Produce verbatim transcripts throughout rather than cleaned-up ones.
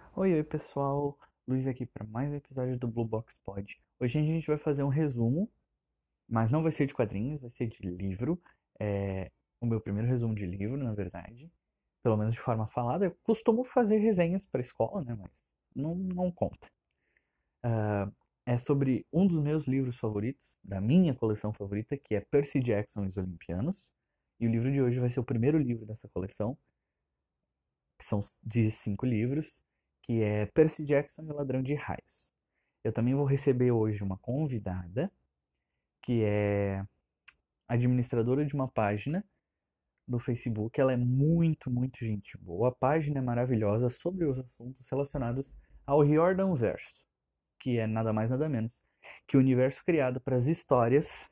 Oi, oi pessoal, Luiz aqui para mais um episódio do Blue Box Pod. Hoje a gente vai fazer um resumo, mas não vai ser de quadrinhos, vai ser de livro. É o meu primeiro resumo de livro, na verdade, pelo menos de forma falada. Eu costumo fazer resenhas para escola, né? Mas não, não conta. Ah, é sobre um dos meus livros favoritos, da minha coleção favorita, que é Percy Jackson e os Olimpianos. E o livro de hoje vai ser o primeiro livro dessa coleção, que são de cinco livros, que é Percy Jackson e o Ladrão de Raios. Eu também vou receber hoje uma convidada, que é administradora de uma página do Facebook. Ela é muito, muito gente boa. A página é maravilhosa sobre os assuntos relacionados ao Riordan Verso, que é nada mais nada menos que o universo criado para as histórias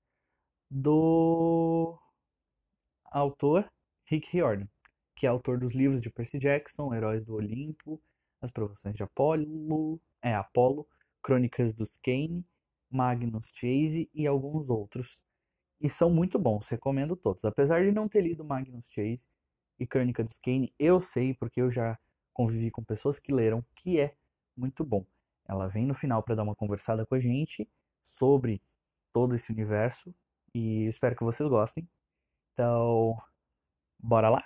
do autor Rick Riordan, que é autor dos livros de Percy Jackson, Heróis do Olimpo, As Provações de Apolo, é Apolo, Crônicas dos Kane, Magnus Chase e alguns outros. E são muito bons, recomendo todos. Apesar de não ter lido Magnus Chase e Crônica dos Kane, eu sei porque eu já convivi com pessoas que leram que é muito bom. Ela vem no final para dar uma conversada com a gente sobre todo esse universo e eu espero que vocês gostem. Então, bora lá?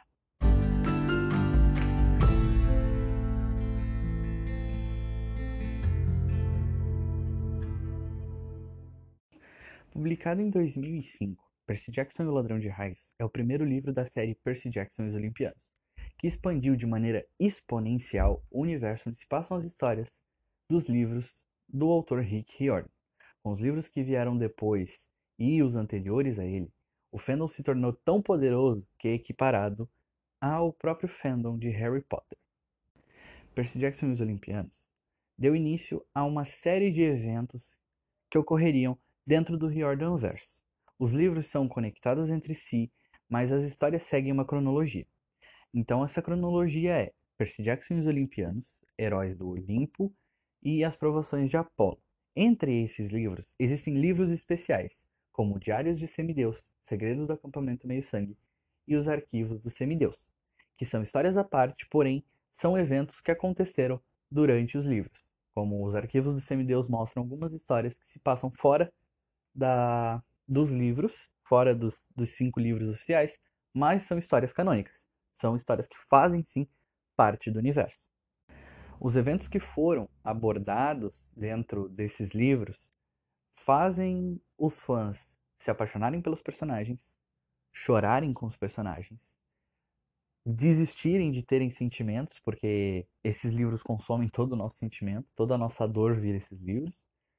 Publicado em dois mil e cinco, Percy Jackson e o Ladrão de Raios é o primeiro livro da série Percy Jackson e os Olimpianos, que expandiu de maneira exponencial o universo onde se passam as histórias dos livros do autor Rick Riordan. Com os livros que vieram depois e os anteriores a ele, o fandom se tornou tão poderoso que é equiparado ao próprio fandom de Harry Potter. Percy Jackson e os Olimpianos deu início a uma série de eventos que ocorreriam dentro do Riordanverse. Os livros são conectados entre si, mas as histórias seguem uma cronologia. Então essa cronologia é Percy Jackson e os Olimpianos, Heróis do Olimpo e As Provações de Apolo. Entre esses livros existem livros especiais, como Diários de Semideus, Segredos do Acampamento Meio-Sangue e Os Arquivos do Semideus, que são histórias à parte, porém são eventos que aconteceram durante os livros. Como os Arquivos do Semideus mostram algumas histórias que se passam fora da, dos livros, fora dos, dos cinco livros oficiais, mas são histórias canônicas. São histórias que fazem sim parte do universo. Os eventos que foram abordados dentro desses livros fazem os fãs se apaixonarem pelos personagens, chorarem com os personagens, desistirem de terem sentimentos, porque esses livros consomem todo o nosso sentimento, toda a nossa dor vira esses livros.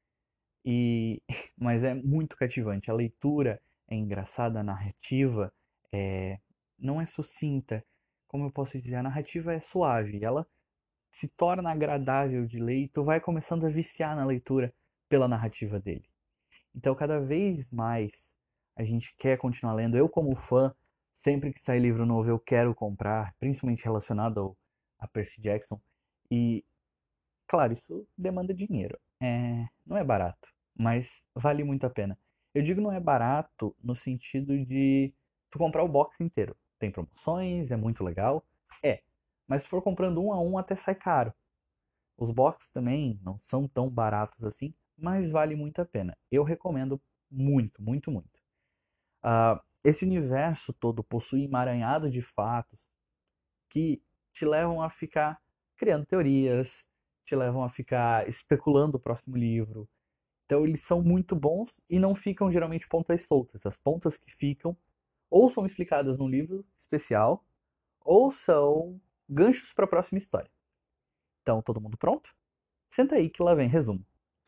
E mas é muito cativante. A leitura é engraçada, a narrativa é não é sucinta, como eu posso dizer, a narrativa é suave, ela se torna agradável de ler e tu vai começando a viciar na leitura pela narrativa dele. Então, cada vez mais a gente quer continuar lendo. Eu, como fã, sempre que sai livro novo, eu quero comprar, principalmente relacionado ao, a Percy Jackson. E, claro, isso demanda dinheiro. É, não é barato, mas vale muito a pena. Eu digo não é barato no sentido de tu comprar o box inteiro. Tem promoções, é muito legal. É, mas se for comprando um a um, até sai caro. Os box também não são tão baratos assim, mas vale muito a pena. Eu recomendo muito, muito, muito. Ah, esse universo todo possui emaranhado de fatos que te levam a ficar criando teorias, te levam a ficar especulando o próximo livro. Então eles são muito bons e não ficam geralmente pontas soltas. As pontas que ficam ou são explicadas num livro especial ou são ganchos para a próxima história. Então, todo mundo pronto? Senta aí que lá vem resumo.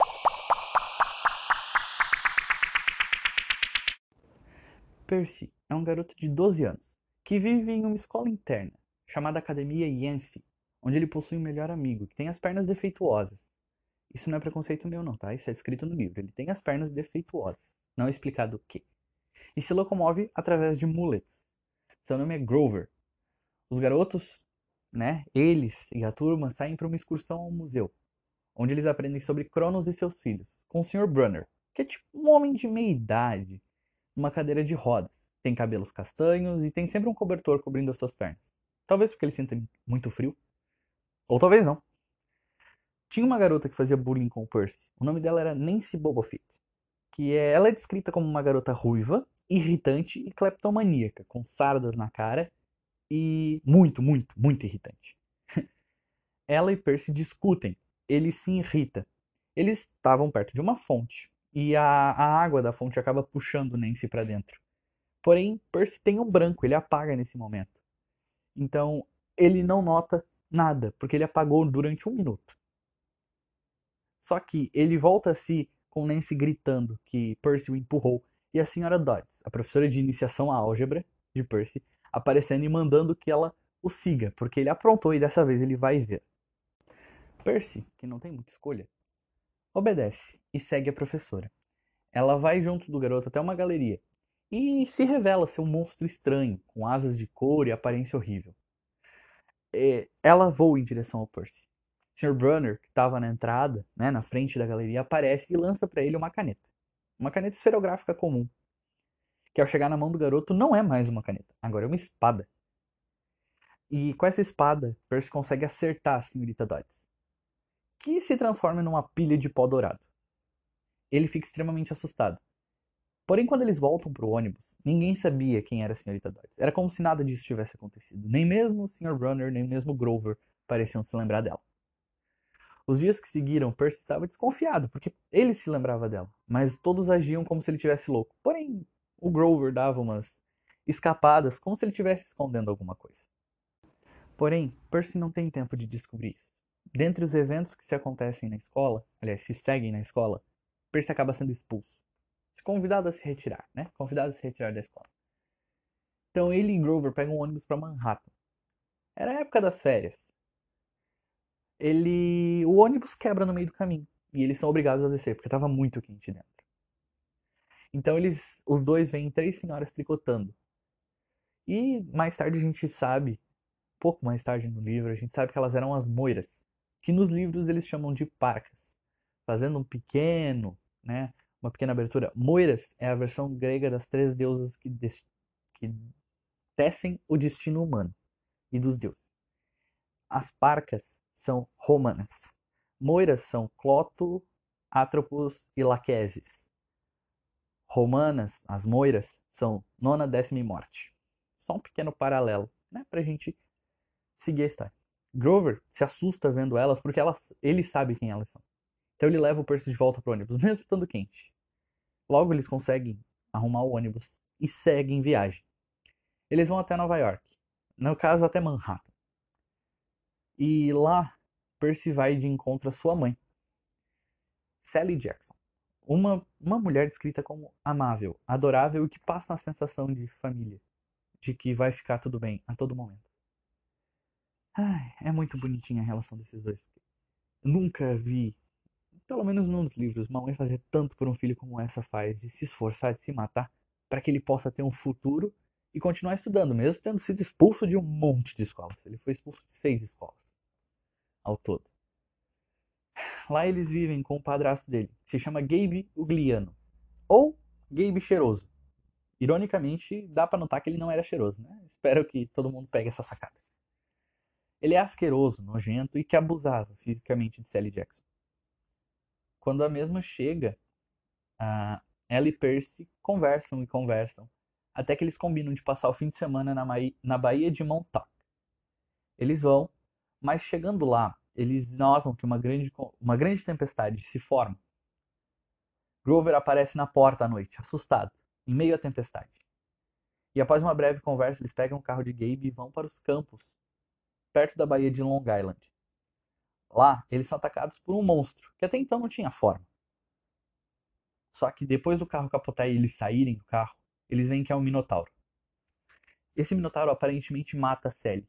Percy é um garoto de doze anos que vive em uma escola interna chamada Academia Yancey, onde ele possui um melhor amigo que tem as pernas defeituosas. Isso não é preconceito meu não, tá? Isso é escrito no livro. Ele tem as pernas defeituosas. Não é explicado o quê. E se locomove através de muletas. Seu nome é Grover. Os garotos, né, eles e a turma saem para uma excursão ao museu, onde eles aprendem sobre Cronos e seus filhos, com o senhor Brunner, que é tipo um homem de meia idade, numa cadeira de rodas. Tem cabelos castanhos e tem sempre um cobertor cobrindo as suas pernas. Talvez porque ele sinta muito frio, ou talvez não. Tinha uma garota que fazia bullying com o Percy. O nome dela era Nancy Bobofit. Que é, ela é descrita como uma garota ruiva, irritante e cleptomaníaca, com sardas na cara e muito, muito, muito irritante. Ela e Percy discutem. Ele se irrita. Eles estavam perto de uma fonte e a, a água da fonte acaba puxando Nancy para dentro. Porém, Percy tem um branco, ele apaga nesse momento. Então, ele não nota nada, porque ele apagou durante um minuto. Só que ele volta a si com Nancy gritando que Percy o empurrou e a senhora Dodds, a professora de iniciação à álgebra de Percy, aparecendo e mandando que ela o siga, porque ele aprontou e dessa vez ele vai ver. Percy, que não tem muita escolha, obedece e segue a professora. Ela vai junto do garoto até uma galeria e se revela ser um monstro estranho, com asas de couro e aparência horrível. Ela voa em direção ao Percy. senhor Brunner, que estava na entrada, né, na frente da galeria, aparece e lança para ele uma caneta. Uma caneta esferográfica comum, que ao chegar na mão do garoto não é mais uma caneta, agora é uma espada. E com essa espada, Percy consegue acertar a senhorita Dodds, que se transforma numa pilha de pó dourado. Ele fica extremamente assustado. Porém, quando eles voltam para o ônibus, ninguém sabia quem era a senhorita Dodds. Era como se nada disso tivesse acontecido. Nem mesmo o senhor Brunner, nem mesmo Grover pareciam se lembrar dela. Os dias que seguiram, Percy estava desconfiado, porque ele se lembrava dela, mas todos agiam como se ele tivesse louco. Porém, o Grover dava umas escapadas, como se ele estivesse escondendo alguma coisa. Porém, Percy não tem tempo de descobrir isso. Dentre os eventos que se acontecem na escola, aliás, se seguem na escola, Percy acaba sendo expulso. Convidado a se retirar, né? Convidado a se retirar da escola. Então ele e Grover pegam um ônibus para Manhattan. Era a época das férias. Ele, o ônibus quebra no meio do caminho e eles são obrigados a descer porque estava muito quente dentro. Então eles, os dois veem três senhoras tricotando. E mais tarde a gente sabe, pouco mais tarde no livro, a gente sabe que elas eram as moiras, que nos livros eles chamam de parcas, fazendo um pequeno, né, uma pequena abertura. Moiras é a versão grega das três deusas que, que tecem o destino humano e dos deuses. As parcas são romanas. Moiras são Cloto, Atropos e Laqueses. Romanas, as moiras, são Nona, Décima e Morte. Só um pequeno paralelo, né, pra gente seguir a história. Grover se assusta vendo elas porque elas, ele sabe quem elas são. Então ele leva o Percy de volta pro ônibus, mesmo estando quente. Logo eles conseguem arrumar o ônibus e seguem viagem. Eles vão até Nova York, no caso até Manhattan. E lá Percy vai de encontro à sua mãe, Sally Jackson. Uma, uma mulher descrita como amável, adorável e que passa uma sensação de família, de que vai ficar tudo bem a todo momento. Ai, é muito bonitinha a relação desses dois. Nunca vi, pelo menos num dos livros, uma mãe fazer tanto por um filho como essa faz, de se esforçar, de se matar, para que ele possa ter um futuro e continuar estudando, mesmo tendo sido expulso de um monte de escolas. Ele foi expulso de seis escolas ao todo. Lá eles vivem com o padrasto dele, que se chama Gabe Ugliano, ou Gabe Cheiroso. Ironicamente, dá pra notar que ele não era cheiroso, né? Espero que todo mundo pegue essa sacada. Ele é asqueroso, nojento e que abusava fisicamente de Sally Jackson. Quando a mesma chega, a ela e Percy conversam e conversam, até que eles combinam de passar o fim de semana na, na Baía de Montauk. Eles vão, mas chegando lá, eles notam que uma grande, uma grande tempestade se forma. Grover aparece na porta à noite, assustado, em meio à tempestade. E após uma breve conversa, eles pegam o carro de Gabe e vão para os campos, perto da Baía de Long Island. Lá, eles são atacados por um monstro, que até então não tinha forma. Só que depois do carro capotar e eles saírem do carro, eles veem que é um minotauro. Esse minotauro aparentemente mata Sally.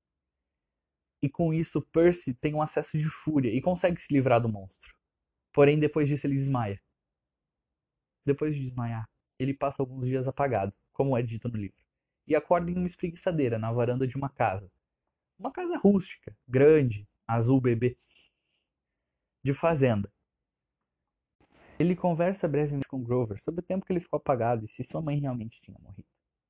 E com isso, Percy tem um acesso de fúria e consegue se livrar do monstro. Porém, depois disso, ele desmaia. Depois de desmaiar, ele passa alguns dias apagado, como é dito no livro, e acorda em uma espreguiçadeira na varanda de uma casa. Uma casa rústica, grande, azul bebê, de fazenda. Ele conversa brevemente com Grover sobre o tempo que ele ficou apagado e se sua mãe realmente tinha morrido.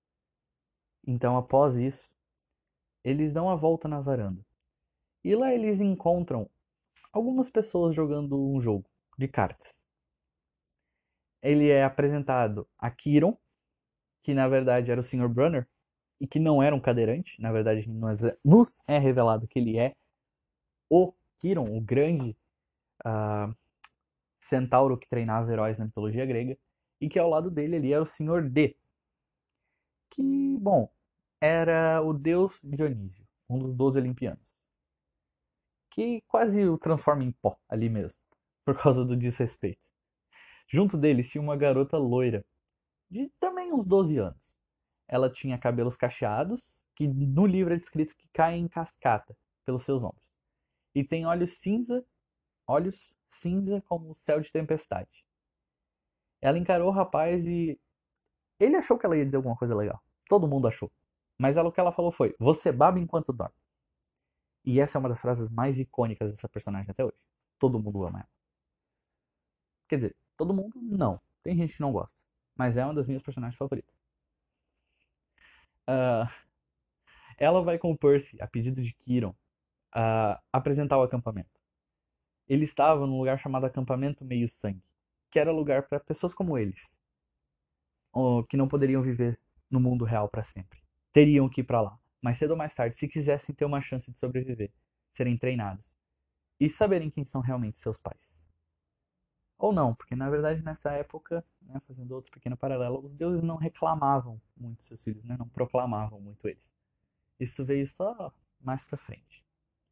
Então, após isso, eles dão a volta na varanda. E lá eles encontram algumas pessoas jogando um jogo de cartas. Ele é apresentado a Kiron, que na verdade era o senhor Brunner, e que não era um cadeirante. Na verdade, nos é revelado que ele é o Kiron, o grande uh, centauro que treinava heróis na mitologia grega, e que ao lado dele ali era o senhor D, que, bom, era o deus Dionísio, um dos doze olimpianos, que quase o transforma em pó ali mesmo, por causa do desrespeito. Junto deles tinha uma garota loira, de também uns doze anos. Ela tinha cabelos cacheados, que no livro é descrito que caem em cascata pelos seus ombros. E tem olhos cinza, olhos cinza como o céu de tempestade. Ela encarou o rapaz e ele achou que ela ia dizer alguma coisa legal. Todo mundo achou. Mas ela, o que ela falou foi: você baba enquanto dorme. E essa é uma das frases mais icônicas dessa personagem até hoje. Todo mundo ama ela. Quer dizer, todo mundo não. Tem gente que não gosta. Mas é uma das minhas personagens favoritas. Uh, ela vai com o Percy, a pedido de Kiron, uh, apresentar o acampamento. Ele estava num lugar chamado Acampamento Meio Sangue, que era lugar para pessoas como eles, que não poderiam viver no mundo real para sempre. Teriam que ir para lá, mais cedo ou mais tarde, se quisessem ter uma chance de sobreviver, serem treinados e saberem quem são realmente seus pais. Ou não, porque na verdade nessa época, né, fazendo outro pequeno paralelo, os deuses não reclamavam muito seus filhos, né, não proclamavam muito eles. Isso veio só mais pra frente.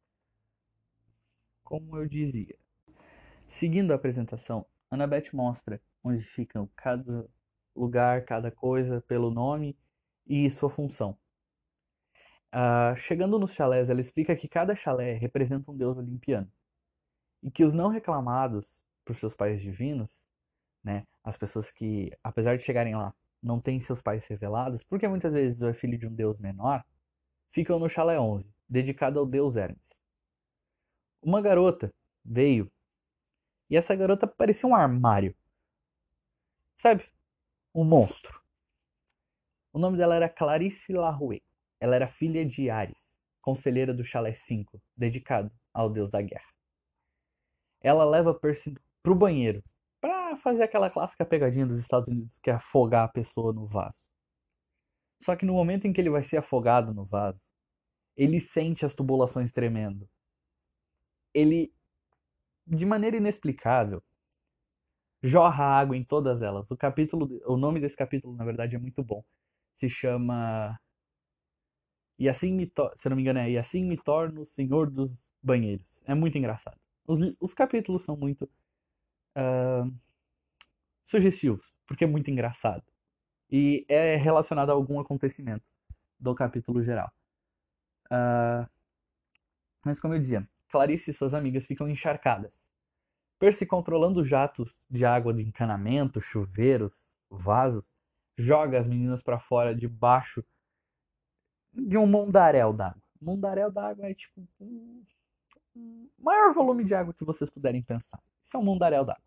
Como eu dizia, seguindo a apresentação, Annabeth mostra onde ficam cada lugar, cada coisa pelo nome e sua função. Uh, chegando nos chalés, ela explica que cada chalé representa um deus olimpiano e que os não reclamados por seus pais divinos, né, as pessoas que, apesar de chegarem lá, não têm seus pais revelados, porque muitas vezes é filho de um deus menor, ficam no chalé onze, dedicado ao deus Hermes. Uma garota veio e essa garota parecia um armário, sabe? Um monstro. O nome dela era Clarice Larouet. Ela era filha de Ares, conselheira do chalé cinco, dedicado ao deus da guerra. Ela leva Percy pro banheiro pra fazer aquela clássica pegadinha dos Estados Unidos, que é afogar a pessoa no vaso. Só que no momento em que ele vai ser afogado no vaso, ele sente as tubulações tremendo. Ele, de maneira inexplicável, jorra água em todas elas. O capítulo, o nome desse capítulo, na verdade, é muito bom. Se chama E assim me to... se eu não me engano é E assim me torno o senhor dos banheiros. É muito engraçado. Os, os capítulos são muito uh, sugestivos, porque é muito engraçado. E é relacionado a algum acontecimento do capítulo geral. Uh, mas como eu dizia, Clarice e suas amigas ficam encharcadas. Percy, controlando jatos de água do encanamento, chuveiros, vasos, joga as meninas para fora debaixo de um mundaréu d'água. Mundaréu d'água é tipo um, um maior volume de água que vocês puderem pensar. Isso é um mundaréu d'água.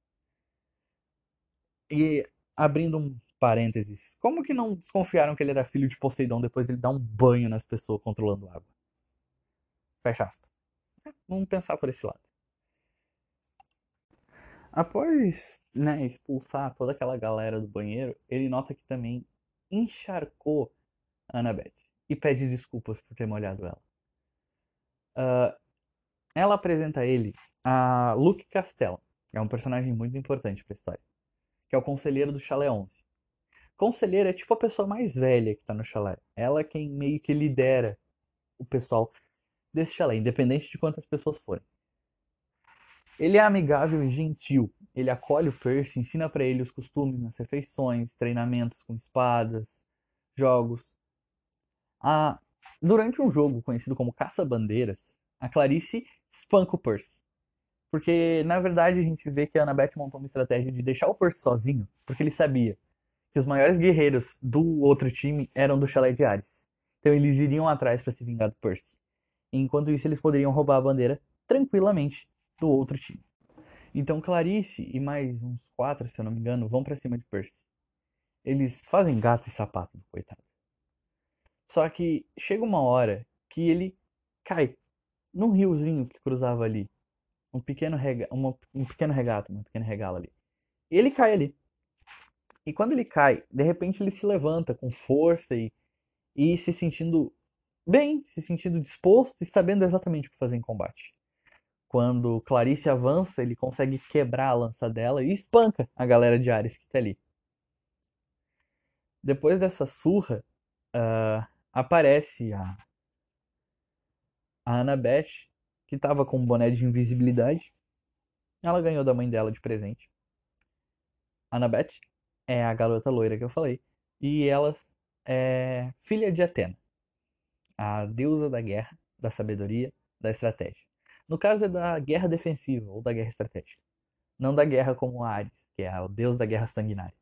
E abrindo um parênteses, como que não desconfiaram que ele era filho de Poseidon depois dele dar um banho nas pessoas controlando água? Fecha aspas. Vamos pensar por esse lado. Após, né, expulsar toda aquela galera do banheiro, ele nota que também encharcou a Annabeth e pede desculpas por ter molhado ela. Uh, ela apresenta a ele a Luke Castella, é um personagem muito importante para a história, que é o conselheiro do Chalé onze. Conselheiro é tipo a pessoa mais velha que tá no chalé. Ela é quem meio que lidera o pessoal desse chalé, independente de quantas pessoas forem. Ele é amigável e gentil. Ele acolhe o Percy, ensina para ele os costumes nas refeições, treinamentos com espadas, jogos. Ah, durante um jogo conhecido como Caça-Bandeiras, a Clarice espanca o Percy. Porque, na verdade, a gente vê que a Annabeth montou uma estratégia de deixar o Percy sozinho, porque ele sabia que os maiores guerreiros do outro time eram do Chalé de Ares. Então eles iriam atrás para se vingar do Percy. Enquanto isso, eles poderiam roubar a bandeira tranquilamente do outro time. Então Clarice e mais uns quatro, se eu não me engano, vão para cima de Percy. Eles fazem gato e sapato do coitado. Só que chega uma hora que ele cai num riozinho que cruzava ali um pequeno, rega, uma, um pequeno regato, um pequeno regalo ali. E ele cai ali. E quando ele cai, de repente ele se levanta com força e, e se sentindo bem, se sentindo disposto e sabendo exatamente o que fazer em combate. Quando Clarice avança, ele consegue quebrar a lança dela e espanca a galera de Ares que tá ali. Depois dessa surra, uh, aparece a, a Annabeth, que tava com um boné de invisibilidade. Ela ganhou da mãe dela de presente. A Annabeth é a garota loira que eu falei. E ela é filha de Atena, a deusa da guerra, da sabedoria, da estratégia. No caso é da guerra defensiva ou da guerra estratégica. Não da guerra como Ares, que é o deus da guerra sanguinária.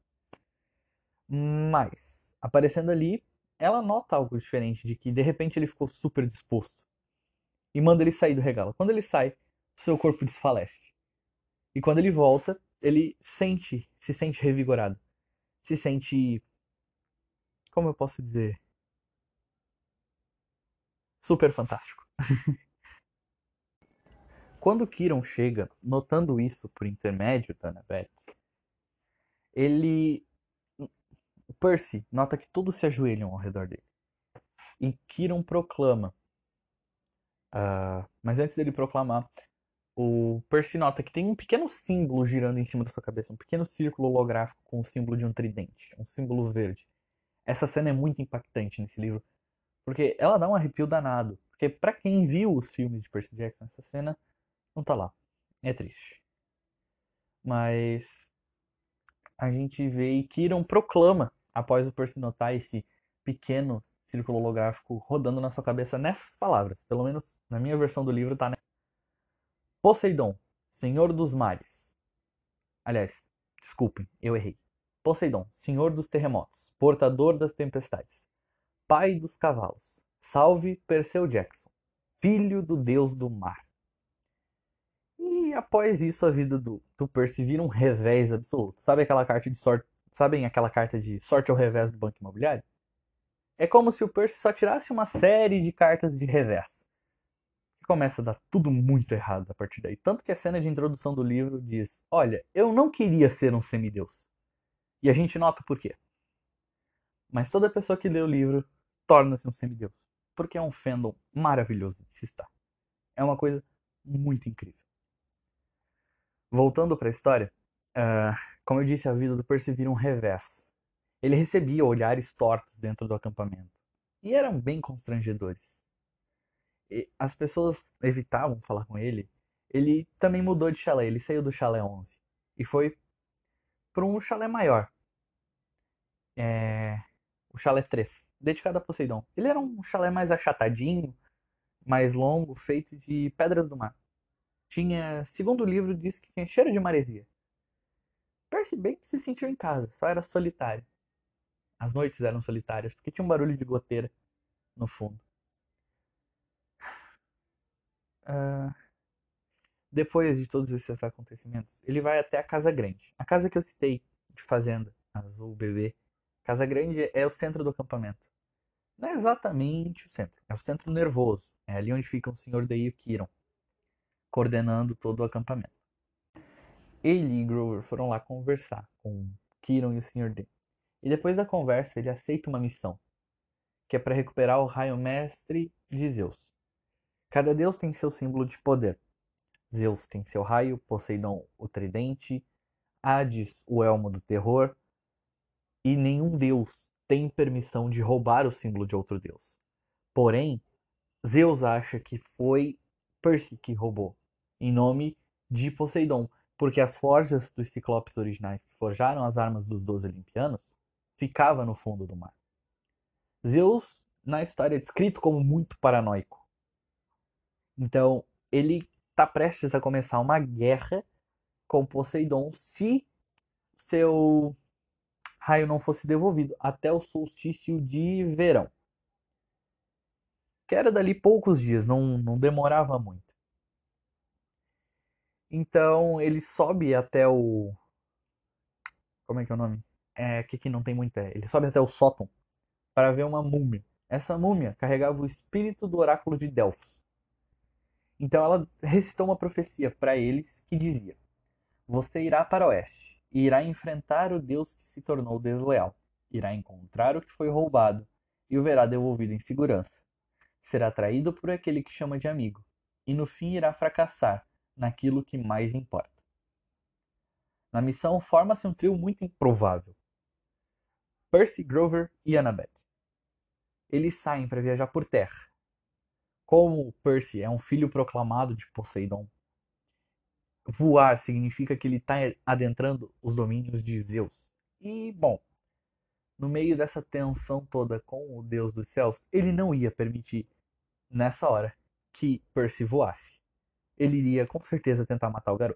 Mas, aparecendo ali, ela nota algo diferente, de que de repente ele ficou super disposto. E manda ele sair do regalo. Quando ele sai, seu corpo desfalece. E quando ele volta, ele sente, se sente revigorado. Se sente, como eu posso dizer, super fantástico. Quando Kiron chega, notando isso por intermédio da Annabeth, ele, o Percy, nota que todos se ajoelham ao redor dele. E Kiron proclama. Uh, mas antes dele proclamar, o Percy nota que tem um pequeno símbolo girando em cima da sua cabeça, um pequeno círculo holográfico com o símbolo de um tridente, um símbolo verde. Essa cena é muito impactante nesse livro, porque ela dá um arrepio danado. Porque pra quem viu os filmes de Percy Jackson, essa cena não tá lá. É triste. Mas a gente vê e Kiron proclama, após o Percy notar esse pequeno círculo holográfico rodando na sua cabeça nessas palavras. Pelo menos na minha versão do livro tá, né? Poseidon, senhor dos mares. Aliás, desculpem, eu errei. Poseidon, senhor dos terremotos, portador das tempestades, pai dos cavalos. Salve Perseu Jackson, filho do deus do mar. E após isso a vida do, do Percy vira um revés absoluto. Sabe aquela carta de sorte, sabem aquela carta de sorte ao revés do Banco Imobiliário? É como se o Percy só tirasse uma série de cartas de revés. E começa a dar tudo muito errado a partir daí. Tanto que a cena de introdução do livro diz: olha, eu não queria ser um semideus. E a gente nota por quê. Mas toda pessoa que lê o livro torna-se um semideus. Porque é um fandom maravilhoso de se estar. É uma coisa muito incrível. Voltando para a história, uh, como eu disse, a vida do Percy vira um revés. Ele recebia olhares tortos dentro do acampamento. E eram bem constrangedores. E as pessoas evitavam falar com ele. Ele também mudou de chalé. Ele saiu do chalé onze e foi para um chalé maior. É... O chalé três, dedicado a Poseidon. Ele era um chalé mais achatadinho, mais longo, feito de pedras do mar. Tinha, segundo o livro, diz que tinha cheiro de maresia. Percy bem que se sentiu em casa, só era solitário. As noites eram solitárias, porque tinha um barulho de goteira no fundo. Uh, depois de todos esses acontecimentos, ele vai até a Casa Grande. A casa que eu citei, de fazenda, azul bebê. Casa Grande é o centro do acampamento. Não é exatamente o centro, é o centro nervoso. É ali onde ficam o senhor Day e o Kiron, coordenando todo o acampamento. Ele e Grover foram lá conversar com Kiron e o senhor Day. E depois da conversa, ele aceita uma missão, que é para recuperar o raio mestre de Zeus. Cada deus tem seu símbolo de poder. Zeus tem seu raio, Poseidon o tridente, Hades o elmo do terror, e nenhum deus tem permissão de roubar o símbolo de outro deus. Porém, Zeus acha que foi Percy que roubou, em nome de Poseidon, porque as forjas dos ciclopes originais que forjaram as armas dos doze olimpianos ficavam no fundo do mar. Zeus, na história, é descrito como muito paranoico. Então, ele está prestes a começar uma guerra com Poseidon se seu raio não fosse devolvido até o solstício de verão. Que era dali poucos dias, não, não demorava muito. Então ele sobe até o. Como é que é o nome? É que aqui não tem muito. É. Ele sobe até o sótão para ver uma múmia. Essa múmia carregava o espírito do oráculo de Delfos. Então ela recitou uma profecia para eles que dizia: você irá para o oeste e irá enfrentar o Deus que se tornou desleal. Irá encontrar o que foi roubado e o verá devolvido em segurança. Será traído por aquele que chama de amigo e no fim irá fracassar naquilo que mais importa. Na missão forma-se um trio muito improvável: Percy, Grover e Annabeth. Eles saem para viajar por terra. Como Percy é um filho proclamado de Poseidon, voar significa que ele está adentrando os domínios de Zeus. E, bom, no meio dessa tensão toda com o Deus dos céus, ele não ia permitir, nessa hora, que Percy voasse. Ele iria com certeza tentar matar o garoto.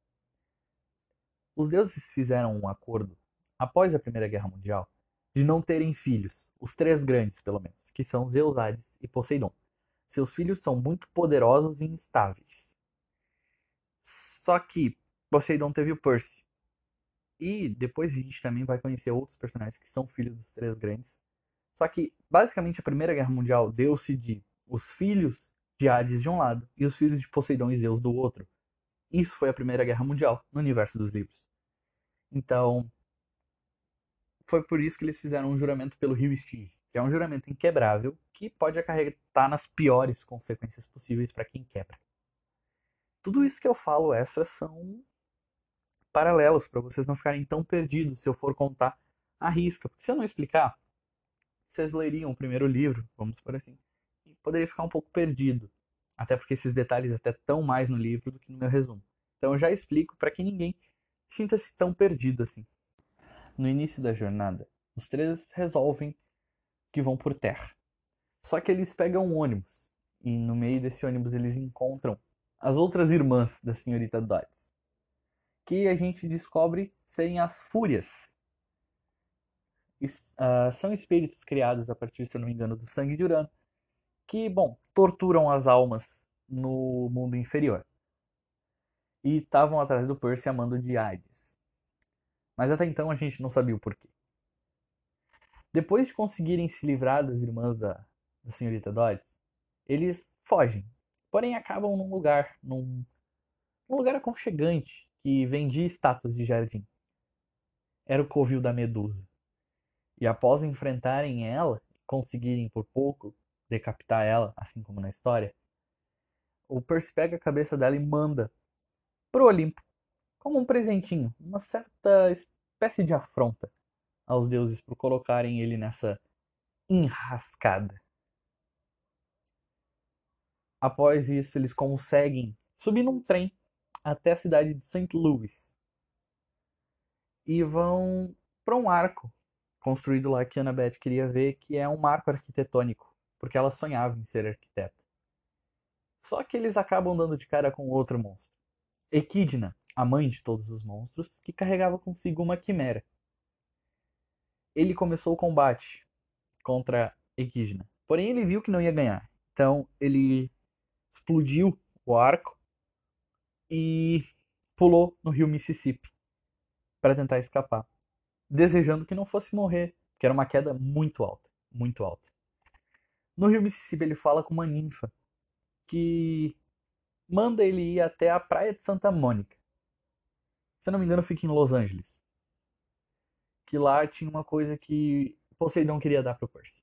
Os deuses fizeram um acordo, após a Primeira Guerra Mundial, de não terem filhos, os três grandes pelo menos, que são Zeus, Hades e Poseidon. Seus filhos são muito poderosos e instáveis. Só que Poseidon teve o Percy. E depois a gente também vai conhecer outros personagens que são filhos dos três grandes. Só que, basicamente, a Primeira Guerra Mundial deu-se de os filhos de Hades de um lado e os filhos de Poseidon e Zeus do outro. Isso foi a Primeira Guerra Mundial no universo dos livros. Então, foi por isso que eles fizeram um juramento pelo rio Stygia, que é um juramento inquebrável que pode acarretar nas piores consequências possíveis para quem quebra. Tudo isso que eu falo, essas são paralelos para vocês não ficarem tão perdidos se eu for contar a risca. Porque se eu não explicar, vocês leriam o primeiro livro, vamos por assim, e poderia ficar um pouco perdido. Até porque esses detalhes até estão mais no livro do que no meu resumo. Então eu já explico para que ninguém sinta-se tão perdido assim. No início da jornada, os três resolvem que vão por terra. Só que eles pegam um ônibus. E no meio desse ônibus eles encontram as outras irmãs da senhorita Dodds, que a gente descobre serem as Fúrias. Uh, são espíritos criados a partir, se eu não me engano, do sangue de Urano, que, bom, torturam as almas no mundo inferior. E estavam atrás do Percy a mando de Hades. Mas até então a gente não sabia o porquê. Depois de conseguirem se livrar das irmãs da, da senhorita Dodds, eles fogem. Porém acabam num lugar, num, num lugar aconchegante, que vendia estátuas de jardim. Era o covil da Medusa. E após enfrentarem ela, conseguirem por pouco decapitar ela, assim como na história, o Percy pega a cabeça dela e manda pro Olimpo, como um presentinho, uma certa espécie de afronta aos deuses por colocarem ele nessa enrascada. Após isso, eles conseguem subir num trem até a cidade de Saint Louis e vão para um arco construído lá que a Annabeth queria ver, que é um marco arquitetônico, porque ela sonhava em ser arquiteta. Só que eles acabam dando de cara com outro monstro. Equidna, a mãe de todos os monstros, que carregava consigo uma quimera. Ele começou o combate contra Equidna, porém ele viu que não ia ganhar. Então ele explodiu o arco e pulou no rio Mississippi para tentar escapar, desejando que não fosse morrer, que era uma queda muito alta, muito alta. No rio Mississippi ele fala com uma ninfa que manda ele ir até a praia de Santa Mônica. Se eu não me engano, fica em Los Angeles. Que lá tinha uma coisa que Poseidon queria dar pro Percy.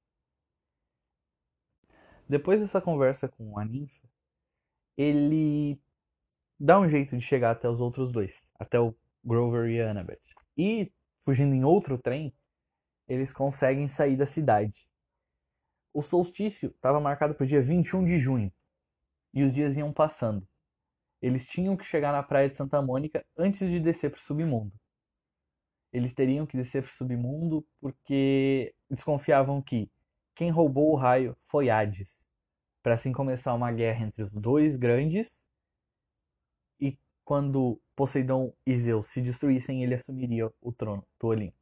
Depois dessa conversa com a ninfa, ele dá um jeito de chegar até os outros dois, até o Grover e a Annabeth. E, fugindo em outro trem, eles conseguem sair da cidade. O solstício estava marcado para o dia vinte e um de junho, e os dias iam passando. Eles tinham que chegar na praia de Santa Mônica antes de descer para o submundo. Eles teriam que descer para o submundo porque desconfiavam que quem roubou o raio foi Hades, para assim começar uma guerra entre os dois grandes, e quando Poseidon e Zeus se destruíssem, ele assumiria o trono do Olimpo.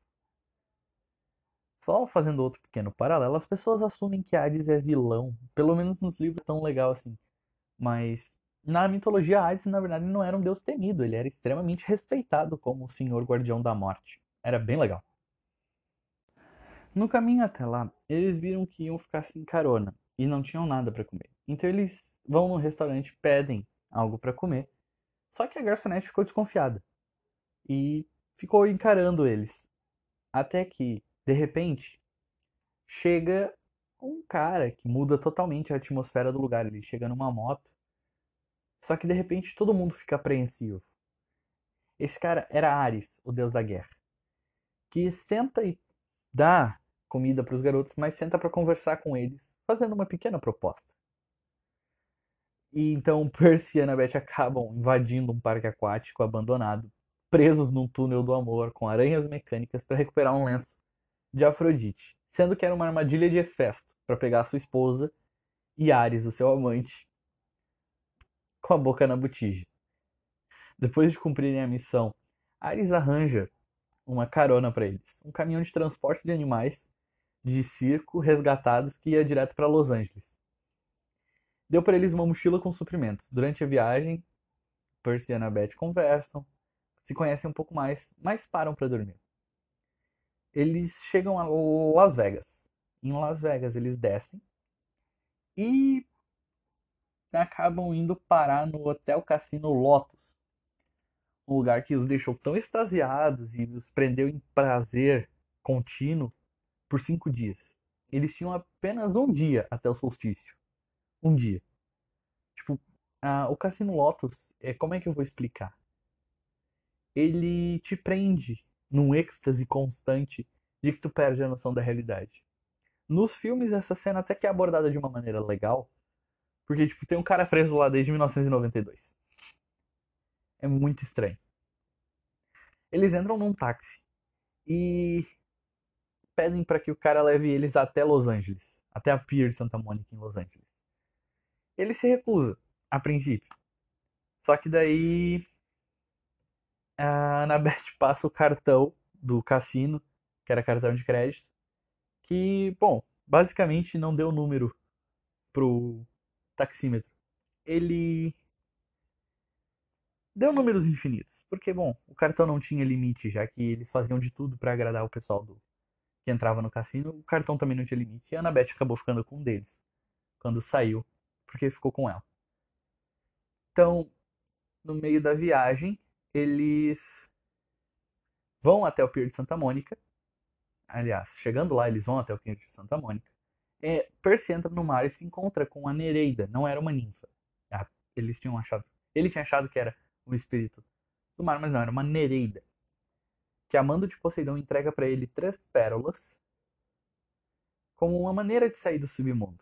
Só fazendo outro pequeno paralelo, as pessoas assumem que Hades é vilão, pelo menos nos livros tão legal assim. Mas na mitologia Hades, na verdade, não era um deus temido, ele era extremamente respeitado como o senhor guardião da morte. Era bem legal. No caminho até lá, eles viram que iam ficar sem carona e não tinham nada para comer. Então eles vão no restaurante, pedem algo para comer. Só que a garçonete ficou desconfiada e ficou encarando eles. Até que, de repente, chega um cara que muda totalmente a atmosfera do lugar. Ele chega numa moto. Só que de repente todo mundo fica apreensivo. Esse cara era Ares, o deus da guerra, que senta e dá comida para os garotos, mas senta para conversar com eles, fazendo uma pequena proposta. E então Percy e Annabeth acabam invadindo um parque aquático abandonado, presos num túnel do amor com aranhas mecânicas para recuperar um lenço de Afrodite, sendo que era uma armadilha de Hefesto para pegar sua esposa e Ares, o seu amante, com a boca na botija. Depois de cumprirem a missão, Ares arranja uma carona para eles, um caminhão de transporte de animais de circo resgatados que ia direto para Los Angeles. Deu para eles uma mochila com suprimentos. Durante a viagem, Percy e Annabeth conversam, se conhecem um pouco mais, mas param para dormir. Eles chegam a Las Vegas. Em Las Vegas eles descem e acabam indo parar no Hotel Cassino Lotus, um lugar que os deixou tão extasiados e os prendeu em prazer contínuo por cinco dias. Eles tinham apenas um dia até o solstício. Um dia. Tipo, ah, o Cassino Lotus, é, como é que eu vou explicar? Ele te prende num êxtase constante de que tu perde a noção da realidade. Nos filmes, essa cena até que é abordada de uma maneira legal, porque tipo, tem um cara preso lá desde mil novecentos e noventa e dois. É muito estranho. Eles entram num táxi e pedem para que o cara leve eles até Los Angeles, até a Pier de Santa Mônica em Los Angeles. Ele se recusa, a princípio. Só que daí a Annabeth passa o cartão do cassino, que era cartão de crédito, que, bom, basicamente não deu número pro taxímetro. Ele deu números infinitos, porque, bom, o cartão não tinha limite, já que eles faziam de tudo para agradar o pessoal do que entrava no cassino. O cartão também não tinha limite e a Annabeth acabou ficando com um deles quando saiu, porque ficou com ela. Então, no meio da viagem, eles vão até o Pier de Santa Mônica. Aliás, chegando lá, eles vão até o Pier de Santa Mônica. É, Percy entra no mar e se encontra com a Nereida. Não era uma ninfa. Ah, eles tinham achado. Ele tinha achado que era um espírito do mar, mas não, era uma Nereida. Que a mando de Poseidon entrega para ele três pérolas como uma maneira de sair do submundo.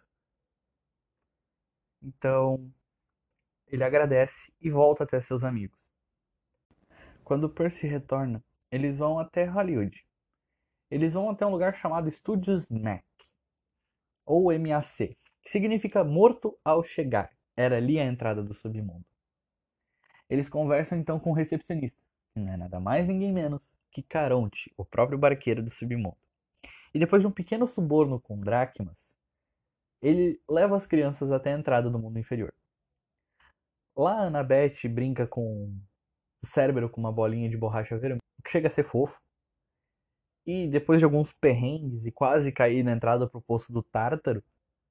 Então, ele agradece e volta até seus amigos. Quando Percy retorna, eles vão até Hollywood. Eles vão até um lugar chamado Studios Mac, ou M A C, que significa morto ao chegar. Era ali a entrada do submundo. Eles conversam então com o recepcionista, que não é nada mais ninguém menos que Caronte, o próprio barqueiro do submundo. E depois de um pequeno suborno com dracmas, ele leva as crianças até a entrada do mundo inferior. Lá a Annabeth brinca com o Cérebro com uma bolinha de borracha vermelha, que chega a ser fofo. E depois de alguns perrengues e quase cair na entrada pro poço do Tártaro,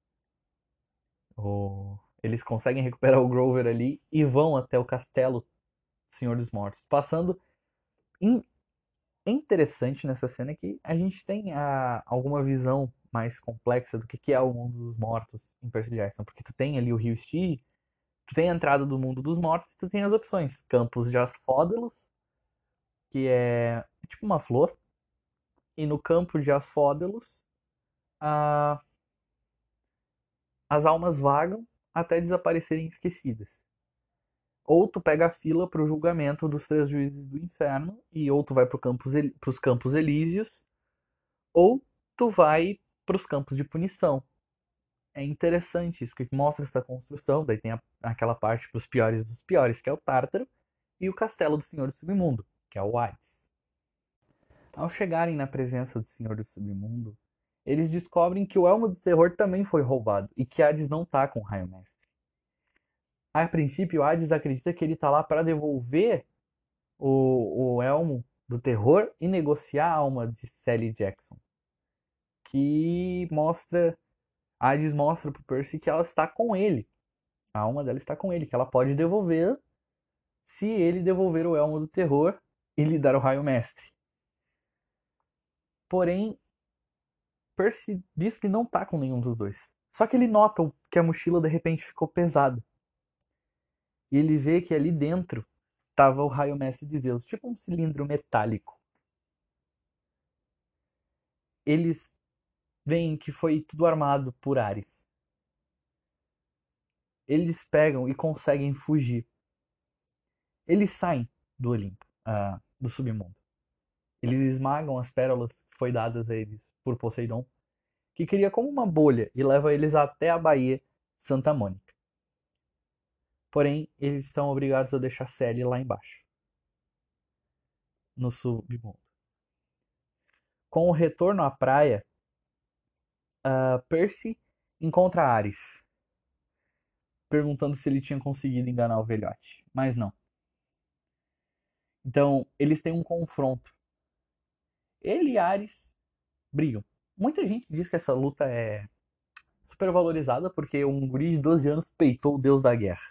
o... eles conseguem recuperar o Grover ali e vão até o castelo do Senhor dos Mortos. Passando. In... É interessante nessa cena que a gente tem a... alguma visão mais complexa do que é o mundo dos mortos em Percy Jackson. Porque tu tem ali o Rio Stygia, tu tem a entrada do mundo dos mortos e tu tem as opções. Campos de Asfódelos, que é tipo uma flor. E no campo de Asfódelos, a... as almas vagam até desaparecerem esquecidas. Ou tu pega a fila para o julgamento dos três juízes do inferno, e ou tu vai para campos, os campos elíseos, ou tu vai para os campos de punição. É interessante isso, porque mostra essa construção, daí tem a, aquela parte para os piores dos piores, que é o Tártaro, e o castelo do Senhor do Submundo, que é o Hades. Ao chegarem na presença do Senhor do Submundo, eles descobrem que o Elmo do Terror também foi roubado, e que Hades não tá com o Raio Mestre. A princípio, Hades acredita que ele tá lá para devolver o, o Elmo do Terror e negociar a alma de Sally Jackson. Que mostra A Hades mostra pro Percy que ela está com ele. A alma dela está com ele, que ela pode devolver se ele devolver o Elmo do Terror e lhe dar o Raio Mestre. Porém, Percy diz que não tá com nenhum dos dois. Só que ele nota que a mochila de repente ficou pesada. E ele vê que ali dentro tava o Raio Mestre de Zeus, tipo um cilindro metálico. Eles veem que foi tudo armado por Ares. Eles pegam e conseguem fugir. Eles saem do Olimpo, uh, do submundo. Eles esmagam as pérolas que foi dadas a eles por Poseidon, que cria como uma bolha e leva eles até a Baía Santa Mônica. Porém, eles são obrigados a deixar Sally lá embaixo, no submundo. Com o retorno à praia, uh, Percy encontra Ares, perguntando se ele tinha conseguido enganar o velhote, mas não. Então, eles têm um confronto. Ele e Ares brigam. Muita gente diz que essa luta é super valorizada porque um guri de doze anos peitou o deus da guerra.